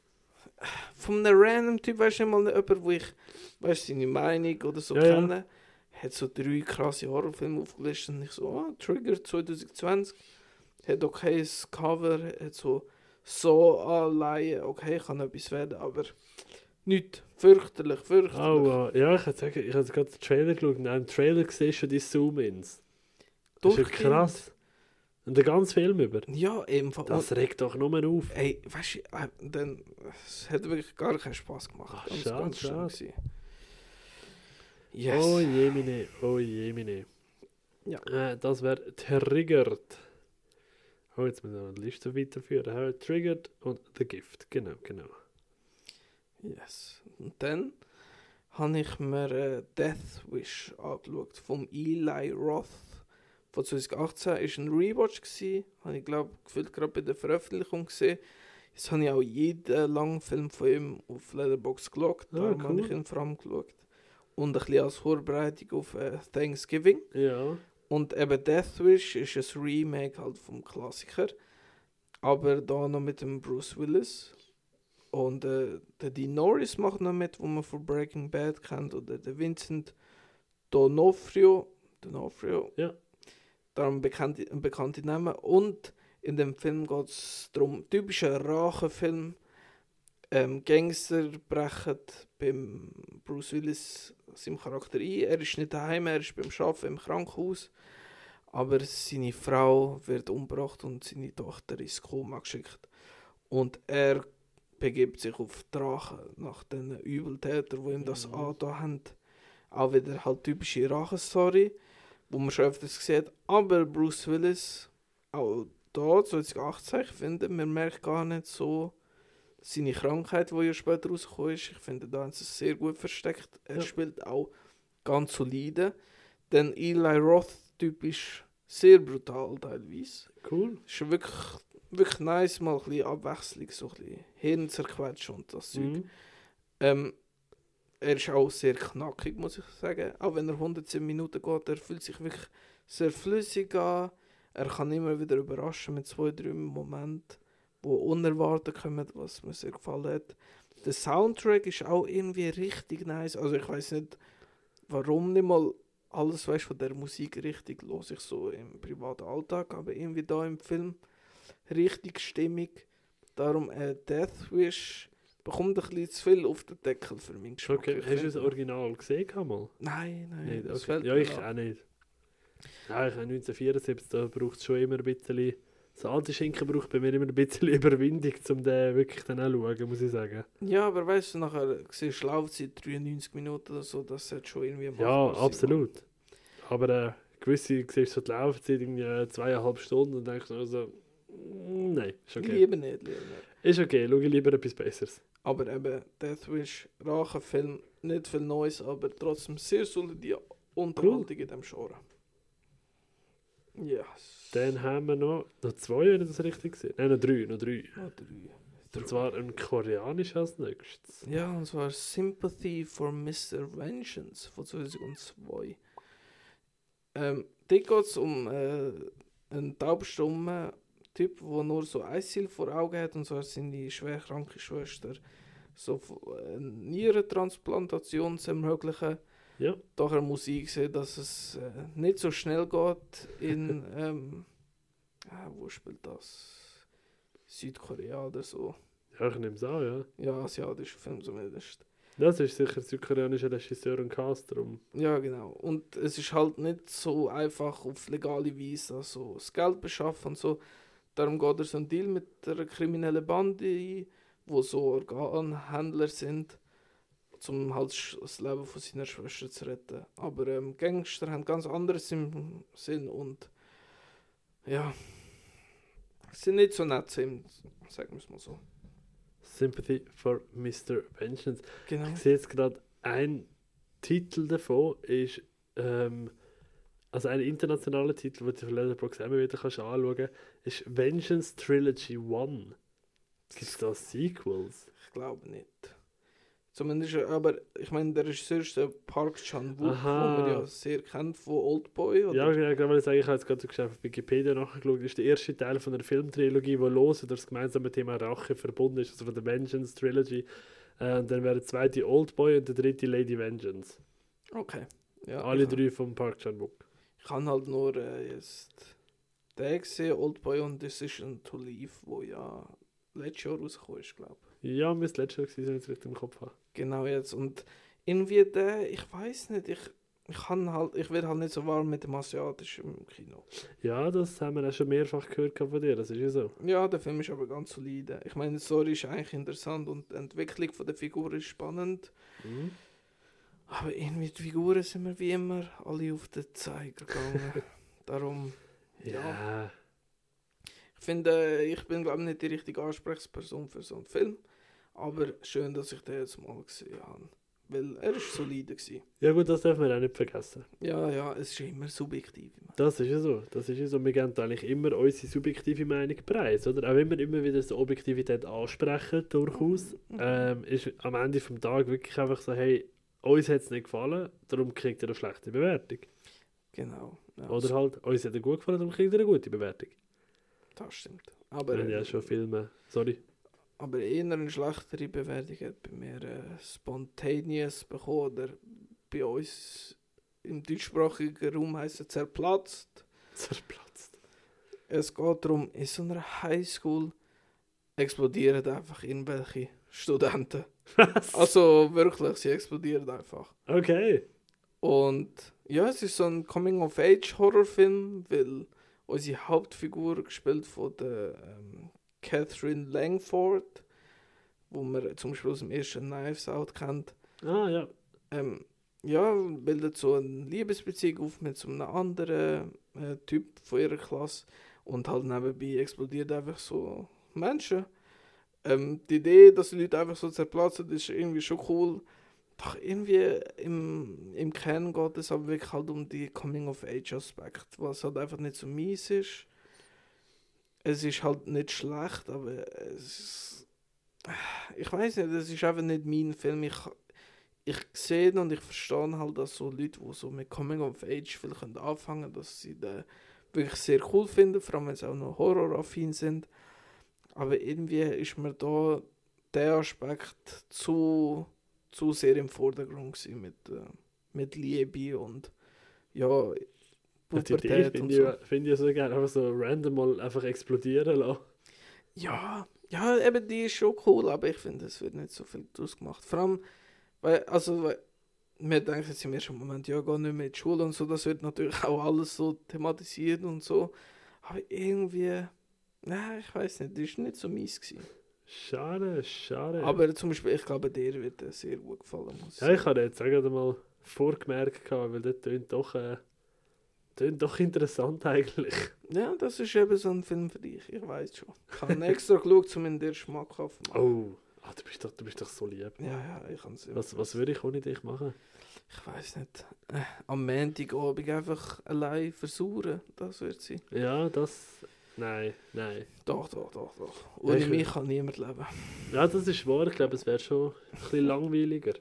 von einem random Typ, weißt du, mal jemand, wo ich seine Meinung oder so kenne, hat so 3 krasse Horrorfilme aufgelistet und ich so, Triggered 2020, hat okay das Cover, hat so allein, okay, kann etwas werden, aber nicht fürchterlich. Oh, ja, ich habe gerade den Trailer geschaut und im Trailer gesehen schon die Zoom-Ins. Das ist ja krass. Und den ganzen Film über. Ja, ebenfalls. Das regt doch nur auf. Ey, weißt du, es hat wirklich gar keinen Spaß gemacht. Ach, schade. Schlimm gewesen. Yes. Oh jemine, oh jemine. Ja. Das wäre Triggered. Oh, jetzt müssen wir noch eine Liste weiterführen. Triggered und The Gift. Genau, genau. Yes. Und dann habe ich mir Death Wish angeschaut vom Eli Roth von 2018. Ist ein Rewatch gsi. Habe ich glaube gefühlt gerade bei der Veröffentlichung gesehen. Jetzt habe ich auch jeden langen Film von ihm auf Letterboxd geschaut. Darum habe ich ihn vor allem geschaut. Und ein bisschen als Vorbereitung auf Thanksgiving. Ja. Und eben Death Wish ist ein Remake halt vom Klassiker. Aber da noch mit dem Bruce Willis. Und der Dean Norris macht noch mit, wo man von Breaking Bad kennt. Oder der Vincent D'Onofrio. Ja. Darum ein bekannter Name. Und in dem Film geht es darum, typischer Rachenfilm. Gangster brechen beim Bruce Willis seinem Charakter ein. Er ist nicht daheim, er ist beim Arbeiten im Krankenhaus. Aber seine Frau wird umgebracht und seine Tochter ins Koma geschickt. Und er begibt sich auf die Rache nach den Übeltätern, die ihm das angetan haben. Auch wieder halt typische Rache-Story, wo man schon öfters sieht. Aber Bruce Willis, auch da 2018, ich finde, man merkt gar nicht so seine Krankheit, die ja später rausgekommen ist. Ich finde, da haben sie es sehr gut versteckt. Er spielt auch ganz solide. Denn Eli Roth typisch sehr brutal teilweise. Cool. Ist wirklich nice, mal ein bisschen Abwechslung, so ein bisschen Hirn zerquetschen und das Zeug. Er ist auch sehr knackig, muss ich sagen. Auch wenn er 110 Minuten geht, er fühlt sich wirklich sehr flüssig an. Er kann immer wieder überraschen mit 2-3 Momenten, die unerwartet kommen, was mir sehr gefallen hat. Der Soundtrack ist auch irgendwie richtig nice. Also ich weiß nicht, warum nicht mal alles weißt von der Musik richtig los ich so im privaten Alltag, aber irgendwie da im Film richtig stimmig. Darum Death Wish bekommt ein bisschen zu viel auf den Deckel für meinen Geschmack. Okay, hast du das Original gesehen mal? Nein, Nicht, das okay. fällt Ja, mir ich an. auch nicht. Ja, ich habe 1974, da braucht es schon immer ein bisschen... Das alte Schinken braucht bei mir immer ein bisschen Überwindung, um den wirklich dann auch zu schauen, muss ich sagen. Ja, aber weißt du, nachher siehst du Laufzeit 93 Minuten oder so, das hat schon irgendwie Ja, sein. absolut. Aber gewisse siehst du so die Laufzeit irgendwie 2,5 Stunden und denkst nur so, nein, ist okay. Lieber nicht. Ist okay, schau lieber etwas Besseres. Aber eben, Death Wish, Rachenfilm, nicht viel Neues, aber trotzdem sehr solide Unterhaltung in diesem Genre. Yes. Dann haben wir noch 2, wenn ich das richtig sehe. Nein, noch 3. Noch 3. Und zwar ein koreanischer als nächstes. Ja, und zwar Sympathy for Mr. Vengeance von 2002. Dort geht es um einen taubstummen Typ, der nur so ein Ziel vor Augen hat, und zwar seine schwerkranke Schwester so eine Nierentransplantation zu ermöglichen. Ja. Doch er muss einsehen, dass es nicht so schnell geht in wo spielt das? Südkorea oder so. Ja, ich nehme es an, ja. Ja, asiatischer Film zumindest. Das ist sicher südkoreanischer Regisseur und Cast, darum. Ja, genau. Und es ist halt nicht so einfach auf legale Weise also das Geld beschaffen und so. Darum geht er so einen Deal mit einer kriminellen Bande ein, wo so Organhändler sind, um halt das Leben von seiner Schwester zu retten. Aber Gangster haben ganz anderes im Sinn und ja, sind nicht so nett zu ihm, sagen wir es mal so. Sympathy for Mr. Vengeance. Genau. Ich sehe jetzt gerade, ein Titel davon ist, also ein internationaler Titel, den du auf Letterboxd immer wieder kannst anschauen kannst, ist Vengeance Trilogy 1. Gibt es da Sequels? Ich glaube nicht. Zumindest, aber ich meine, der Regisseur ist der Park Chan-wook, den man ja sehr kennt von Oldboy. Oder? Ja, genau, weil ich sage, ich habe jetzt gerade auf Wikipedia nachgeschaut, das ist der erste Teil von einer Filmtrilogie, die los oder das gemeinsame Thema Rache verbunden ist, also von der Vengeance Trilogy. Und dann wäre der zweite Oldboy und der dritte Lady Vengeance. Okay. Ja, Alle 3 vom Park Chan-wook. Ich habe halt nur jetzt den gesehen, Oldboy und Decision to Leave, wo ja letztes Jahr rausgekommen ist, glaube ich. Ja, müsste letztes Jahr gewesen sein, wenn ich es richtig im Kopf habe. Genau jetzt. Und irgendwie der, ich weiß nicht, ich werde halt nicht so warm mit dem Asiatischen im Kino. Ja, das haben wir auch schon mehrfach gehört von dir, das ist ja so. Ja, der Film ist aber ganz solide. Ich meine, die Story ist eigentlich interessant und die Entwicklung von der Figur ist spannend. Aber irgendwie die Figuren sind mir wie immer alle auf den Zeiger gegangen. Darum, Ja. ich finde, ich bin glaube nicht die richtige Ansprechperson für so einen Film. Aber schön, dass ich den jetzt mal gesehen habe. Weil er war solide gewesen. Ja gut, das dürfen wir auch nicht vergessen. Ja, es ist immer subjektiv. Das ist ja so. Das ist ja so. Wir geben eigentlich immer unsere subjektive Meinung preis, oder? Auch wenn wir immer wieder so Objektivität ansprechen, durchaus, ist am Ende vom Tag wirklich einfach so, hey, uns hat es nicht gefallen, darum kriegt ihr eine schlechte Bewertung. Genau. Ja, Oder halt, uns hat er gut gefallen, darum kriegt ihr eine gute Bewertung. das stimmt. Aber, Wir haben ja schon Filme, sorry. aber eher eine schlechtere Bewertung hat bei mir Spontaneous bekommen. Oder bei uns im deutschsprachigen Raum heisst es zerplatzt. Zerplatzt. Es geht darum, in so einer Highschool explodieren einfach irgendwelche Studenten. Was? Also wirklich, sie explodieren einfach. Okay. Und ja, es ist so ein Coming-of-Age-Horrorfilm, weil unsere Hauptfigur, gespielt von der Catherine Langford, wo man zum Beispiel aus dem ersten Knives Out kennt, Ah ja. ja, bildet so eine Liebesbeziehung auf mit so einem anderen Typ von ihrer Klasse und halt nebenbei explodiert einfach so Menschen. Die Idee, dass die Leute einfach so zerplatzen, ist irgendwie schon cool. Doch irgendwie im Kern geht es aber wirklich halt um die Coming-of-Age-Aspekt, was halt einfach nicht so mies ist. Es ist halt nicht schlecht, aber ich weiß nicht, es ist einfach nicht mein Film. Ich sehe und ich verstehe halt, dass so Leute, die so mit Coming-of-Age viel anfangen können, dass sie den wirklich sehr cool finden, vor allem wenn sie auch noch horroraffin sind. Aber irgendwie ist mir da der Aspekt zu sehr im Vordergrund gewesen mit Liebe und ja, Die Idee Pubertät und so. finde ich so geil, einfach so random mal einfach explodieren lassen. Ja, eben die ist schon cool, aber ich finde, es wird nicht so viel draus gemacht. Vor allem, weil wir denken jetzt im ersten Moment, ja, geh nicht mehr in die Schule und so, das wird natürlich auch alles so thematisiert und so. Aber irgendwie, nein, ich weiß nicht, das war nicht so mies gewesen. Schade. Aber zum Beispiel, ich glaube, dir wird das sehr gut gefallen. Muss Ja, ich habe jetzt auch gerade mal vorgemerkt, weil das tönt doch interessant eigentlich. Ja, das ist eben so ein Film für dich, ich weiß schon. Ich habe extra geschaut, um ihn dir schmackhaft zu machen. Oh, du bist doch so lieb. Ja, ich kann es ja. Was würde ich ohne dich machen? Ich weiß nicht. Am Montagabend einfach allein versuchen, das wird sein. Ja, das... Nein. Doch. Ohne Ich- mich kann niemand leben. Ja, das ist wahr. Ich glaube, es wäre schon ein bisschen langweiliger.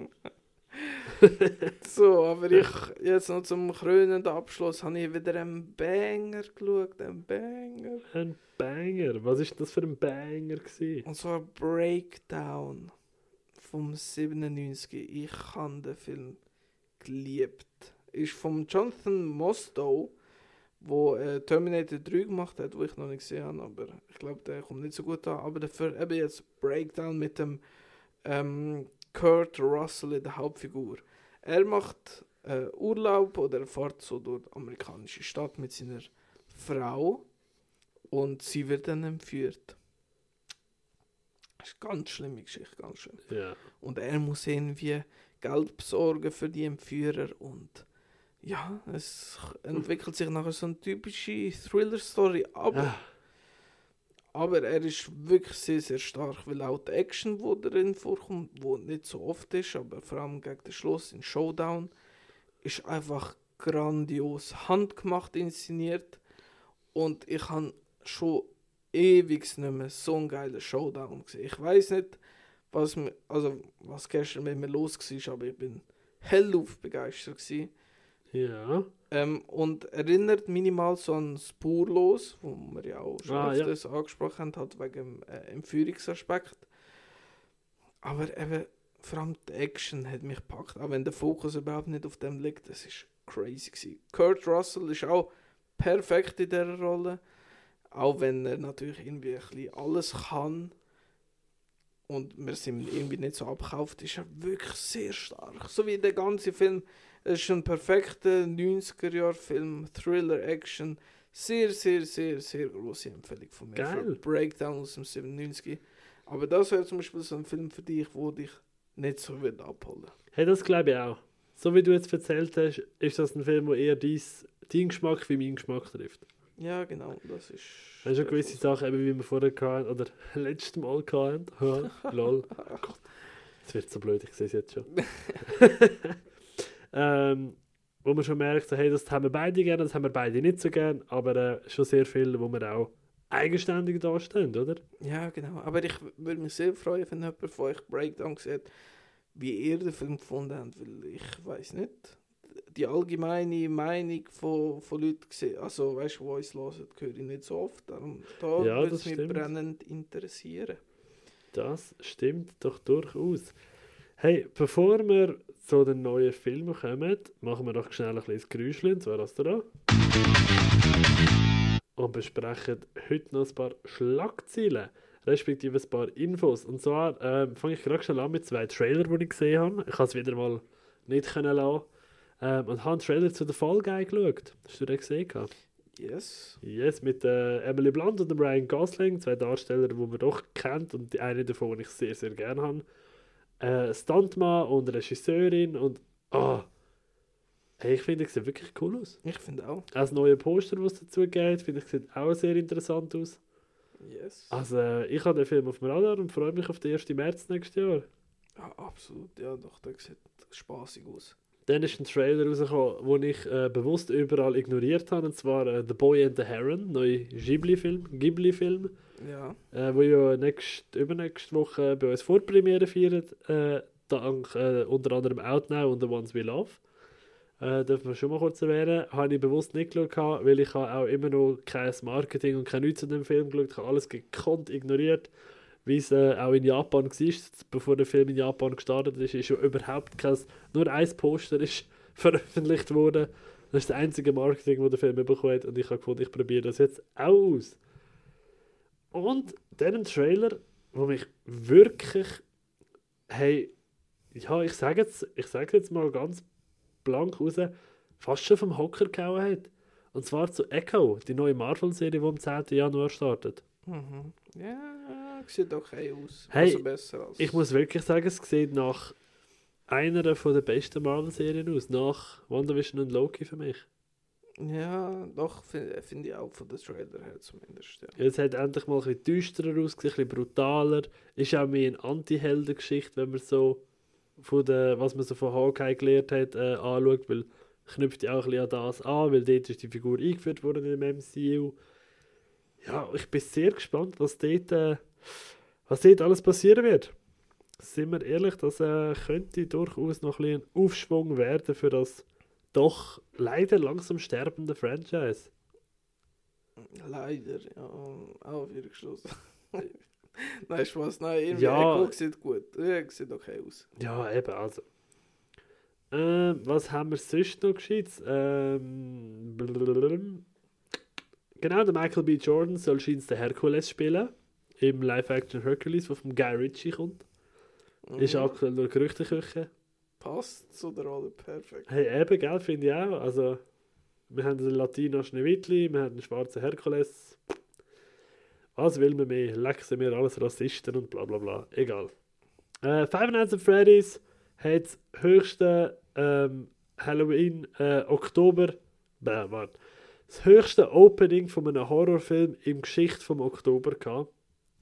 So, aber jetzt noch zum krönenden Abschluss habe ich wieder einen Banger geschaut. Einen Banger. Ein Banger. Was ist das für ein Banger gewesen? Und zwar Breakdown vom 97. Ich habe den Film geliebt. Ist von Jonathan Mostow, wo Terminator 3 gemacht hat, wo ich noch nicht gesehen habe, aber ich glaube, der kommt nicht so gut an. Aber dafür eben jetzt Breakdown mit dem Kurt Russell in der Hauptfigur. Er macht Urlaub oder er fährt so durch die amerikanische Stadt mit seiner Frau und sie wird dann entführt. Das ist eine ganz schlimme Geschichte, ganz schlimm. Ja. Und er muss irgendwie Geld besorgen für die Entführer und ja, es entwickelt sich nachher so eine typische Thriller-Story, aber er ist wirklich sehr, sehr stark, weil auch die Action, die darin vorkommt, die nicht so oft ist, aber vor allem gegen den Schluss in Showdown, ist einfach grandios handgemacht inszeniert und ich habe schon ewig nicht mehr so einen geilen Showdown gesehen. Ich weiß nicht, was gestern mit mir los war, aber ich bin hellauf begeistert gewesen. Ja. Und erinnert minimal so an Spurlos, wo wir ja auch schon Ja. öfters angesprochen haben, halt wegen dem Entführungsaspekt. Aber eben, vor allem die Action hat mich gepackt, auch wenn der Fokus überhaupt nicht auf dem liegt, das ist crazy gewesen. Kurt Russell ist auch perfekt in dieser Rolle, auch wenn er natürlich irgendwie ein bisschen alles kann und wir sind irgendwie nicht so abgekauft, ist er wirklich sehr stark. So wie der ganze Film. Es ist ein perfekter 90er-Jahr-Film, Thriller-Action. Sehr, sehr, sehr, sehr grosse Empfehlung von mir. Geil. Für Breakdown aus dem 97. Aber das wäre zum Beispiel so ein Film für dich, wo dich nicht so wird abholen. Hey, das glaube ich auch. So wie du jetzt erzählt hast, ist das ein Film, der eher deinen Geschmack wie meinen Geschmack trifft. Ja, genau, das ist... Das sind schon gewisse Sachen, eben wie wir vorher hatten, oder letztes Mal hatten. Ha, lol. Oh Gott, das wird so blöd, ich sehe es jetzt schon. Wo man schon merkt, so, hey, das haben wir beide gerne, das haben wir beide nicht so gerne, aber schon sehr viel, wo wir auch eigenständig dastehen, oder? Ja, genau. Aber ich würde mich sehr freuen, wenn jemand von euch Breakdown sieht, wie ihr den Film gefunden habt, weil ich weiß nicht, die allgemeine Meinung von Leuten gesehen, also weißt du, die uns hören, höre ich nicht so oft, darum da Ja, würde das es mich stimmt. brennend interessieren. Das stimmt doch durchaus. Hey, bevor wir zu den neuen Filmen kommen, machen wir doch schnell ein kleines Geräuschchen, und zwar das da. Und besprechen heute noch ein paar Schlagzeilen, respektive ein paar Infos. Und zwar fange ich gerade schnell an mit 2 Trailern, die ich gesehen habe. Ich habe es wieder mal nicht können lassen. Und habe einen Trailer zu The Fall Guy geschaut. Hast du den gesehen? Yes. Yes, mit Emily Blunt und dem Ryan Gosling, 2 Darsteller, die man doch kennt und die eine davon, die ich sehr, sehr gerne habe. Stuntman und Regisseurin und hey, ich finde, es sieht wirklich cool aus. Ich finde auch. Auch das neue Poster, das es dazu gibt, finde ich, sieht auch sehr interessant aus. Yes. Also, ich habe den Film auf dem Radar und freue mich auf den 1. März nächstes Jahr. Ja, absolut. Ja, doch, der sieht spaßig aus. Dann ist ein Trailer rausgekommen, den ich bewusst überall ignoriert habe, und zwar The Boy and the Heron, neuer Ghibli-Film, Ja. wo ja übernächste Woche bei uns Vorpremiere feiert, dank unter anderem Outnow und The Ones We Love. Dürfen wir schon mal kurz erwähnen. Habe ich bewusst nicht geschaut, weil ich auch immer noch kein Marketing und kein nichts zu dem Film geschaut. Ich habe alles gekonnt ignoriert, wie es auch in Japan war. Bevor der Film in Japan gestartet ist schon überhaupt nur ein Poster ist veröffentlicht worden. Das ist das einzige Marketing, das der Film bekommen hat. Und ich habe gefunden, ich probiere das jetzt auch aus. Und dann ein Trailer, wo mich wirklich, hey, ja, ich sage jetzt mal ganz blank raus, fast schon vom Hocker gehauen hat. Und zwar zu Echo, die neue Marvel-Serie, die am 10. Januar startet. Mhm. Ja, sieht okay aus. Hey, also besser als... Ich muss wirklich sagen, es sieht nach einer der besten Marvel-Serien aus. Nach WandaVision und Loki für mich. Ja, doch, finde ich auch von den Trailer her zumindest. Ja. Es hat endlich mal ein bisschen düsterer ausgesehen, ein bisschen brutaler. Ist auch mehr eine Anti-Helden-Geschichte, wenn man so was man so von Hawkeye gelernt hat, anschaut, weil knüpft ja auch ein bisschen an das an, weil dort ist die Figur eingeführt worden im MCU. Ja, ich bin sehr gespannt, was dort alles passieren wird. Sind wir ehrlich, das könnte durchaus noch ein bisschen ein Aufschwung werden für das doch leider langsam sterbende Franchise. Leider, ja, auch wieder geschlossen. Nein, Spaß, nein, irgendwie Ja. Echo sieht gut. Ja, sieht okay aus. Ja, eben, also. Was haben wir sonst noch Gescheites? Genau, der Michael B. Jordan soll scheinbar den Hercules spielen. Im Live-Action Hercules, der vom Guy Ritchie kommt. Ist aktuell nur Gerüchteküche. Passt zu der Rolle perfekt. Hey, eben, gell, finde ich auch. Also, wir haben den Latino Schneewittli, wir haben den schwarzen Herkules. Was will man mehr? Leck, sind wir alles Rassisten und bla bla bla. Egal. Five Nights at Freddy's hat das höchste Halloween Oktober. Warte. Das höchste Opening von einem Horrorfilm im Geschichte vom Oktober gehabt.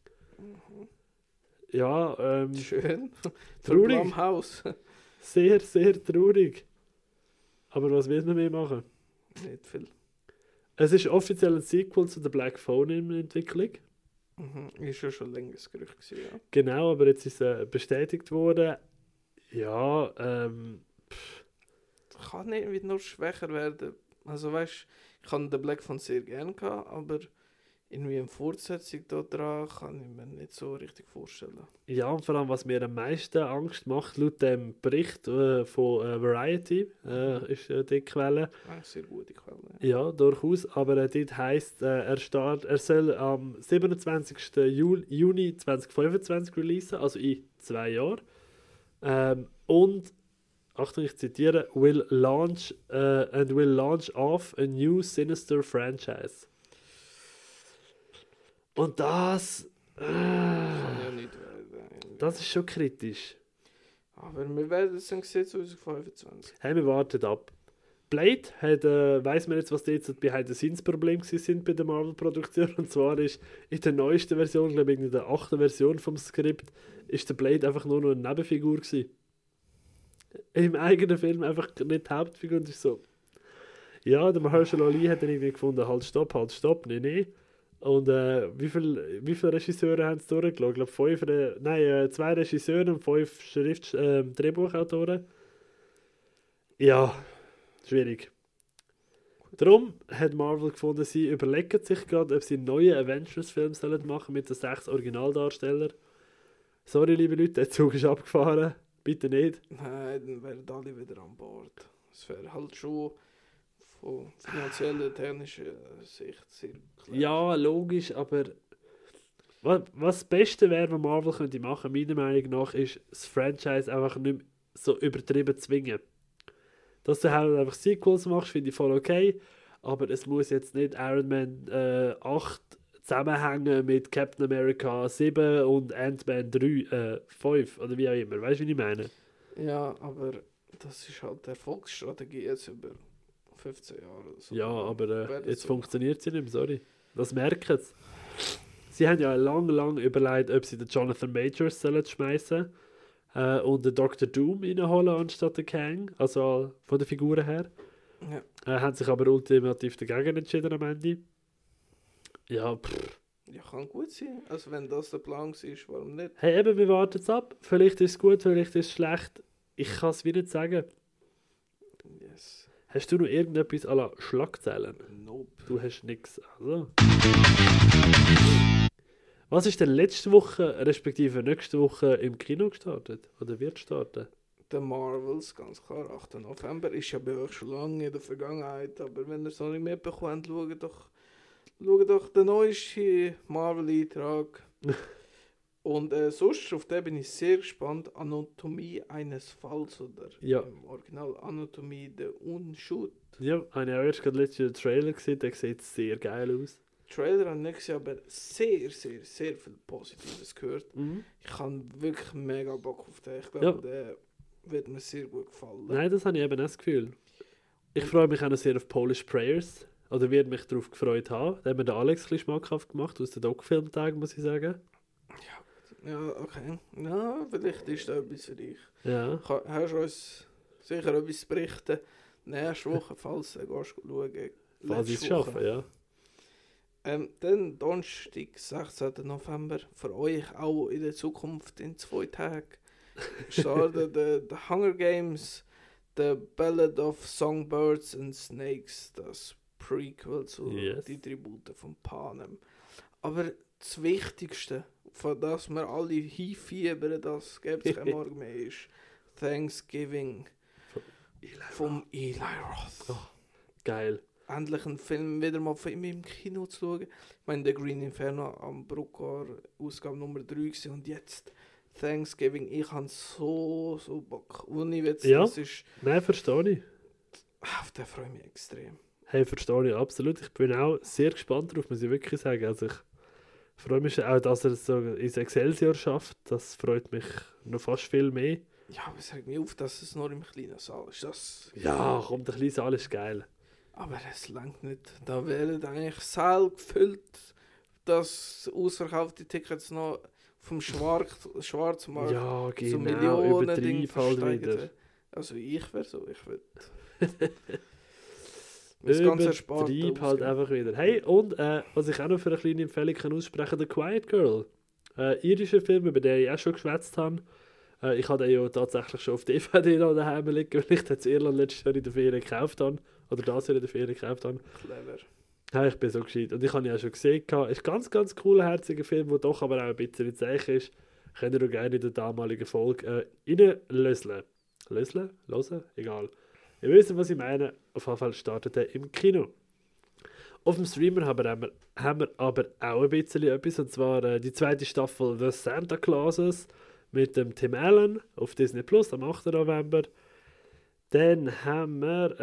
Ja, Schön. traurig. Am Haus. Sehr, sehr traurig. Aber was will man mehr machen? Nicht viel. Es ist offiziell ein Sequel zu The Black Phone in Entwicklung. Ist ja schon länger das Gerücht gewesen, ja. Genau, aber jetzt ist es bestätigt worden. Ja, Kann irgendwie nur schwächer werden. Also weißt, ich habe den Black Phone sehr gerne gehabt, aber irgendwie eine Fortsetzung da dran kann ich mir nicht so richtig vorstellen. ja, und vor allem, was mir am meisten Angst macht, laut dem Bericht von Variety, ist die Quelle. Eine sehr gute Quelle. Ja, durchaus, aber dort heisst, er soll am 27. Juni 2025 releasen, also in 2 Jahren. Und, Achtung, ich zitiere, will launch off a new sinister franchise. Und Kann ja nicht werden. das ist schon kritisch. Aber wir werden es dann sehen 2025. Hey, wir warten ab. Blade hat, weiss man jetzt, was die jetzt Behind-the-Scenes-Probleme sind bei der Marvel-Produktion. Und zwar ist in der neuesten Version, glaube ich, in der 8. Version vom Skript, ist der Blade einfach nur noch eine Nebenfigur gewesen. Im eigenen Film einfach nicht die Hauptfigur. Und ist so, ja, der Mahershala Ali hat dann irgendwie gefunden, halt stopp, nee. Und wie viele Regisseure haben es durchgelassen? Ich glaube 2 Regisseure und 5 Drehbuchautoren. Ja, schwierig. Darum hat Marvel gefunden, sie überlegen sich gerade, ob sie einen neuen Avengers-Film machen mit den 6 Originaldarstellern. Sorry, liebe Leute, der Zug ist abgefahren. Bitte nicht. Nein, dann wären alle wieder an Bord. Es wäre halt schon von finanzieller, technischer Sicht sehr klar. Ja, logisch, aber was das Beste wäre, was Marvel könnte machen, meiner Meinung nach, ist das Franchise einfach nicht mehr so übertrieben zwingen. Dass du halt einfach Sequels machst, finde ich voll okay, aber es muss jetzt nicht Iron Man 8 zusammenhängen mit Captain America 7 und Ant-Man 5 oder wie auch immer. Weißt du, wie ich meine? Ja, aber das ist halt die Erfolgsstrategie jetzt über 15 Jahre oder so. Ja, aber Wäre das jetzt so? funktioniert sie nicht mehr, sorry. Das merken sie. Sie haben ja lang überlegt, ob sie den Jonathan Majors schmeißen und den Dr. Doom reinholen anstatt den Kang, also von der Figuren her. Ja. Haben sich aber ultimativ dagegen entschieden am Ende. Ja, Ja, kann gut sein. Also wenn das der Plan ist, warum nicht? Hey, eben, wir warten es ab. Vielleicht ist es gut, vielleicht ist es schlecht. Ich kann es wieder nicht sagen. Yes. Hast du noch irgendetwas à la Schlagzeilen? Nope. Du hast nichts. Also. Was ist denn letzte Woche, respektive nächste Woche im Kino gestartet? Oder wird starten? The Marvels, ganz klar, 8. November, ist ja bei euch schon lange in der Vergangenheit, aber wenn ihr es noch nicht mitbekommt, schaut doch den neuesten Marvel-Eintrag. Und sonst, auf den bin ich sehr gespannt, Anatomie eines Falls, oder Ja. im Original Anatomie der Unschuld. Ja, habe ich auch erst gerade letzten Trailer gesehen, der sieht sehr geil aus. Trailer habe ich nicht gesehen, aber sehr viel Positives gehört. Mhm. Ich habe wirklich mega Bock auf den. Ich glaube, der wird mir sehr gut gefallen. Nein, das habe ich eben auch das Gefühl. Ich freue mich auch noch sehr auf Polish Prayers. Oder werde mich darauf gefreut haben. Da hat mir der Alex ein bisschen schmackhaft gemacht, aus den Doc-Filmtagen, muss ich sagen. Ja, okay. Ja, vielleicht ist das etwas für dich. Ja. Hast du uns sicher etwas zu berichten? Nächste Woche, falls du gehst schauen. Falls ich es Letzte Woche. schaffe, ja. Dann Donnerstag, 16. November, für euch auch in der Zukunft in 2 Tagen, startet The Hunger Games, The Ballad of Songbirds and Snakes, das Prequel zu Yes. Die Tribute von Panem. Aber das Wichtigste, von das wir alle hinfiebern, das gibt es kein Morgen mehr, ist Thanksgiving vom Eli Roth. Oh, geil. Endlich einen Film wieder mal von ihm im Kino zu schauen. Ich meine, der Green Inferno am Bruckor Ausgabe Nummer 3 gewesen, und jetzt Thanksgiving. Ich habe so Bock. Und ich weiß, Ja. das ist... Nein, verstehe ich. Auf den freue ich mich extrem. Hey, verstehe ich absolut. Ich bin auch sehr gespannt darauf, muss ich wirklich sagen. Also ich freue mich auch, dass er es so ins Excelsior schafft. Das freut mich noch fast viel mehr. Ja, aber es regt mich auf, dass es nur im kleinen Saal ist. Das... Ja, komm, der kleine Saal ist geil. Aber es langt nicht. Da werden eigentlich Saal gefüllt, dass ausverkaufte Tickets noch vom Schwarzmarkt Ja, so genau, Millionen Dinge übertreib halt versteigert wieder. werden. Also ich wäre so, ich würde... das ganze Ersparte Übertreib halt ausgeben. einfach wieder. Hey, und was ich auch noch für eine kleine Empfehlung kann aussprechen, The Quiet Girl. Irischer Film, über den ich auch schon geschwätzt habe. Ich habe den ja tatsächlich schon auf DVD noch daheim liegen, weil ich den in Irland letztes Jahr in der Ferien gekauft habe. Oder das Jahr in der Ferien gekauft habe. Clever. Ja, ich bin so gescheit. Und ich habe ihn auch schon gesehen. Ist ein ganz cooler, herziger Film, der doch aber auch ein bisschen zäh ist. Könnt ihr auch gerne in der damaligen Folge reinlöseln. Löseln? Hören? Egal. Ihr wisst, was ich meine. Auf jeden Fall startet er im Kino. Auf dem Streamer haben wir aber auch ein bisschen etwas. Und zwar die 2. Staffel The Santa Clauses mit dem Tim Allen auf Disney Plus am 8. November. Dann haben wir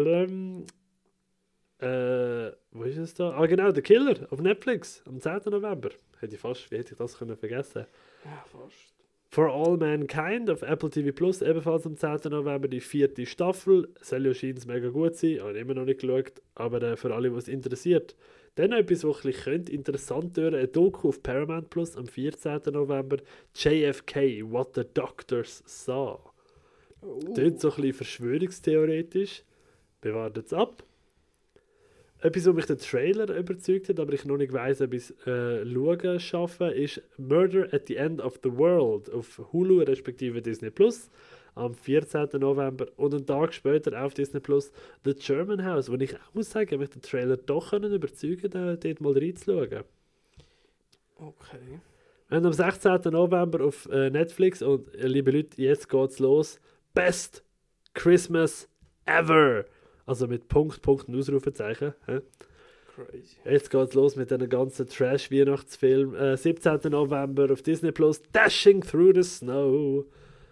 wo ist es da? Ah genau, The Killer auf Netflix am 10. November. Wie hätte ich das können vergessen? Ja, fast. For All Mankind auf Apple TV Plus, ebenfalls am 10. November die 4. Staffel. Soll ja scheint mega gut sein, habe ich immer noch nicht geschaut, aber für alle, die es interessiert. Dann etwas, was ein bisschen interessant werden könnte, ein Doku auf Paramount Plus am 14. November. JFK, What the Doctors Saw. Dort so ein bisschen verschwörungstheoretisch. Bewartet es ab. Etwas, was mich der Trailer überzeugt hat, aber ich noch nicht weiss, ob ich es schauen schaffe, ist Murder at the End of the World auf Hulu respektive Disney Plus am 14. November und einen Tag später auf Disney Plus The German House, wo ich auch muss sagen, mich den Trailer doch überzeugen können, dort mal reinzuschauen. Okay. Und am 16. November auf Netflix und liebe Leute, jetzt geht's los. Best Christmas ever! Also mit Punkt und Ausrufezeichen. Crazy. Jetzt geht's los mit einem ganzen Trash-Weihnachtsfilm. 17. November auf Disney Plus, Dashing Through the Snow.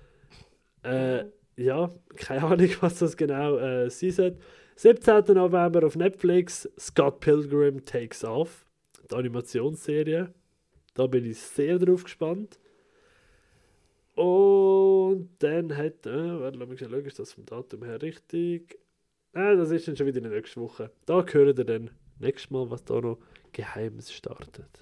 Ja, keine Ahnung, was das genau sein soll. 17. November auf Netflix, Scott Pilgrim Takes Off. Die Animationsserie. Da bin ich sehr drauf gespannt. Und dann hat... warte, lass mich schauen, ist das vom Datum her richtig? Das ist dann schon wieder in der nächsten Woche. Da hören ihr dann nächstes Mal, was da noch Geheimes startet.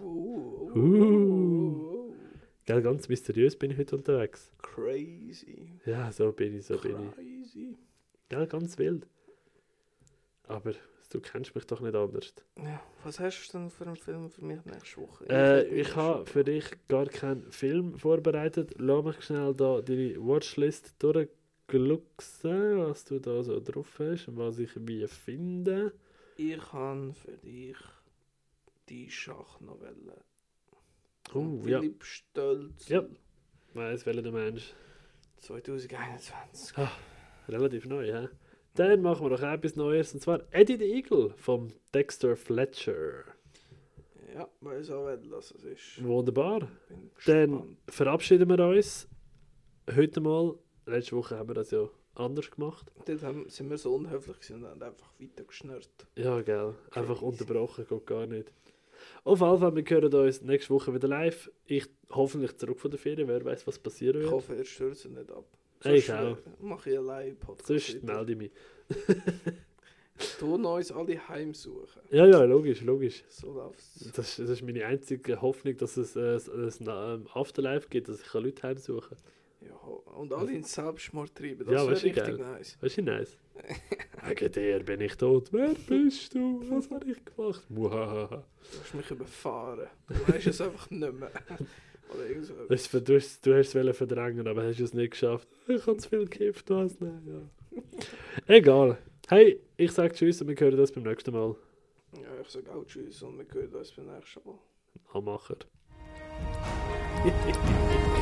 Gell, ganz mysteriös bin ich heute unterwegs. Crazy. Ja, so bin ich. Crazy. Gell, ganz wild. Aber du kennst mich doch nicht anders. Ja, was hast du denn für einen Film für mich nächste Woche? Ich habe für dich gar keinen Film vorbereitet. Lass mich schnell da deine Watchlist durchglucksen, was du da so drauf hast und was ich wie finde. Ich habe für dich die Schachnovelle. Ja. Philipp Stölz. Ja. Weiss, welcher du meinst. 2021. Relativ neu, hä? Dann machen wir doch etwas Neues, und zwar Eddie the Eagle vom Dexter Fletcher. Ja, weiß auch, was es ist. Wunderbar. Bin Dann gespannt. verabschieden wir uns heute mal. Letzte Woche haben wir das ja anders gemacht. Dort sind wir so unhöflich gewesen und haben einfach weiter geschnurrt. Ja, gell. Einfach Crazy. unterbrochen, geht gar nicht. Auf jeden Fall, wir hören uns nächste Woche wieder live. Ich hoffentlich zurück von der Ferien, wer weiß, was passieren Ich wird. hoffe, er stürzt nicht ab. Ich Sonst, auch. Mache ich allein Podcast. Sonst melde ich mich. Du uns alle heimsuchen. Ja, logisch. So läuft's. Das ist meine einzige Hoffnung, dass es ein Afterlife gibt, dass ich Leute heimsuchen kann. Ja, und alle in Selbstmord treiben. Das Ja, wäre weißt du, richtig geil. nice. Weißt du, nice? Wegen dir bin ich tot. Wer bist du? Was habe ich gemacht? Muhahaha. Du hast mich überfahren. Du weißt es einfach nicht mehr. Oder irgend so. Du hast es verdrängen, aber hast es nicht geschafft. Ich habe zu viel gekifft, was? Nein, ja. Egal. Hey, ich sage Tschüss und wir hören das beim nächsten Mal. Ja, ich sage auch Tschüss und wir hören uns beim nächsten Mal. Anmacher.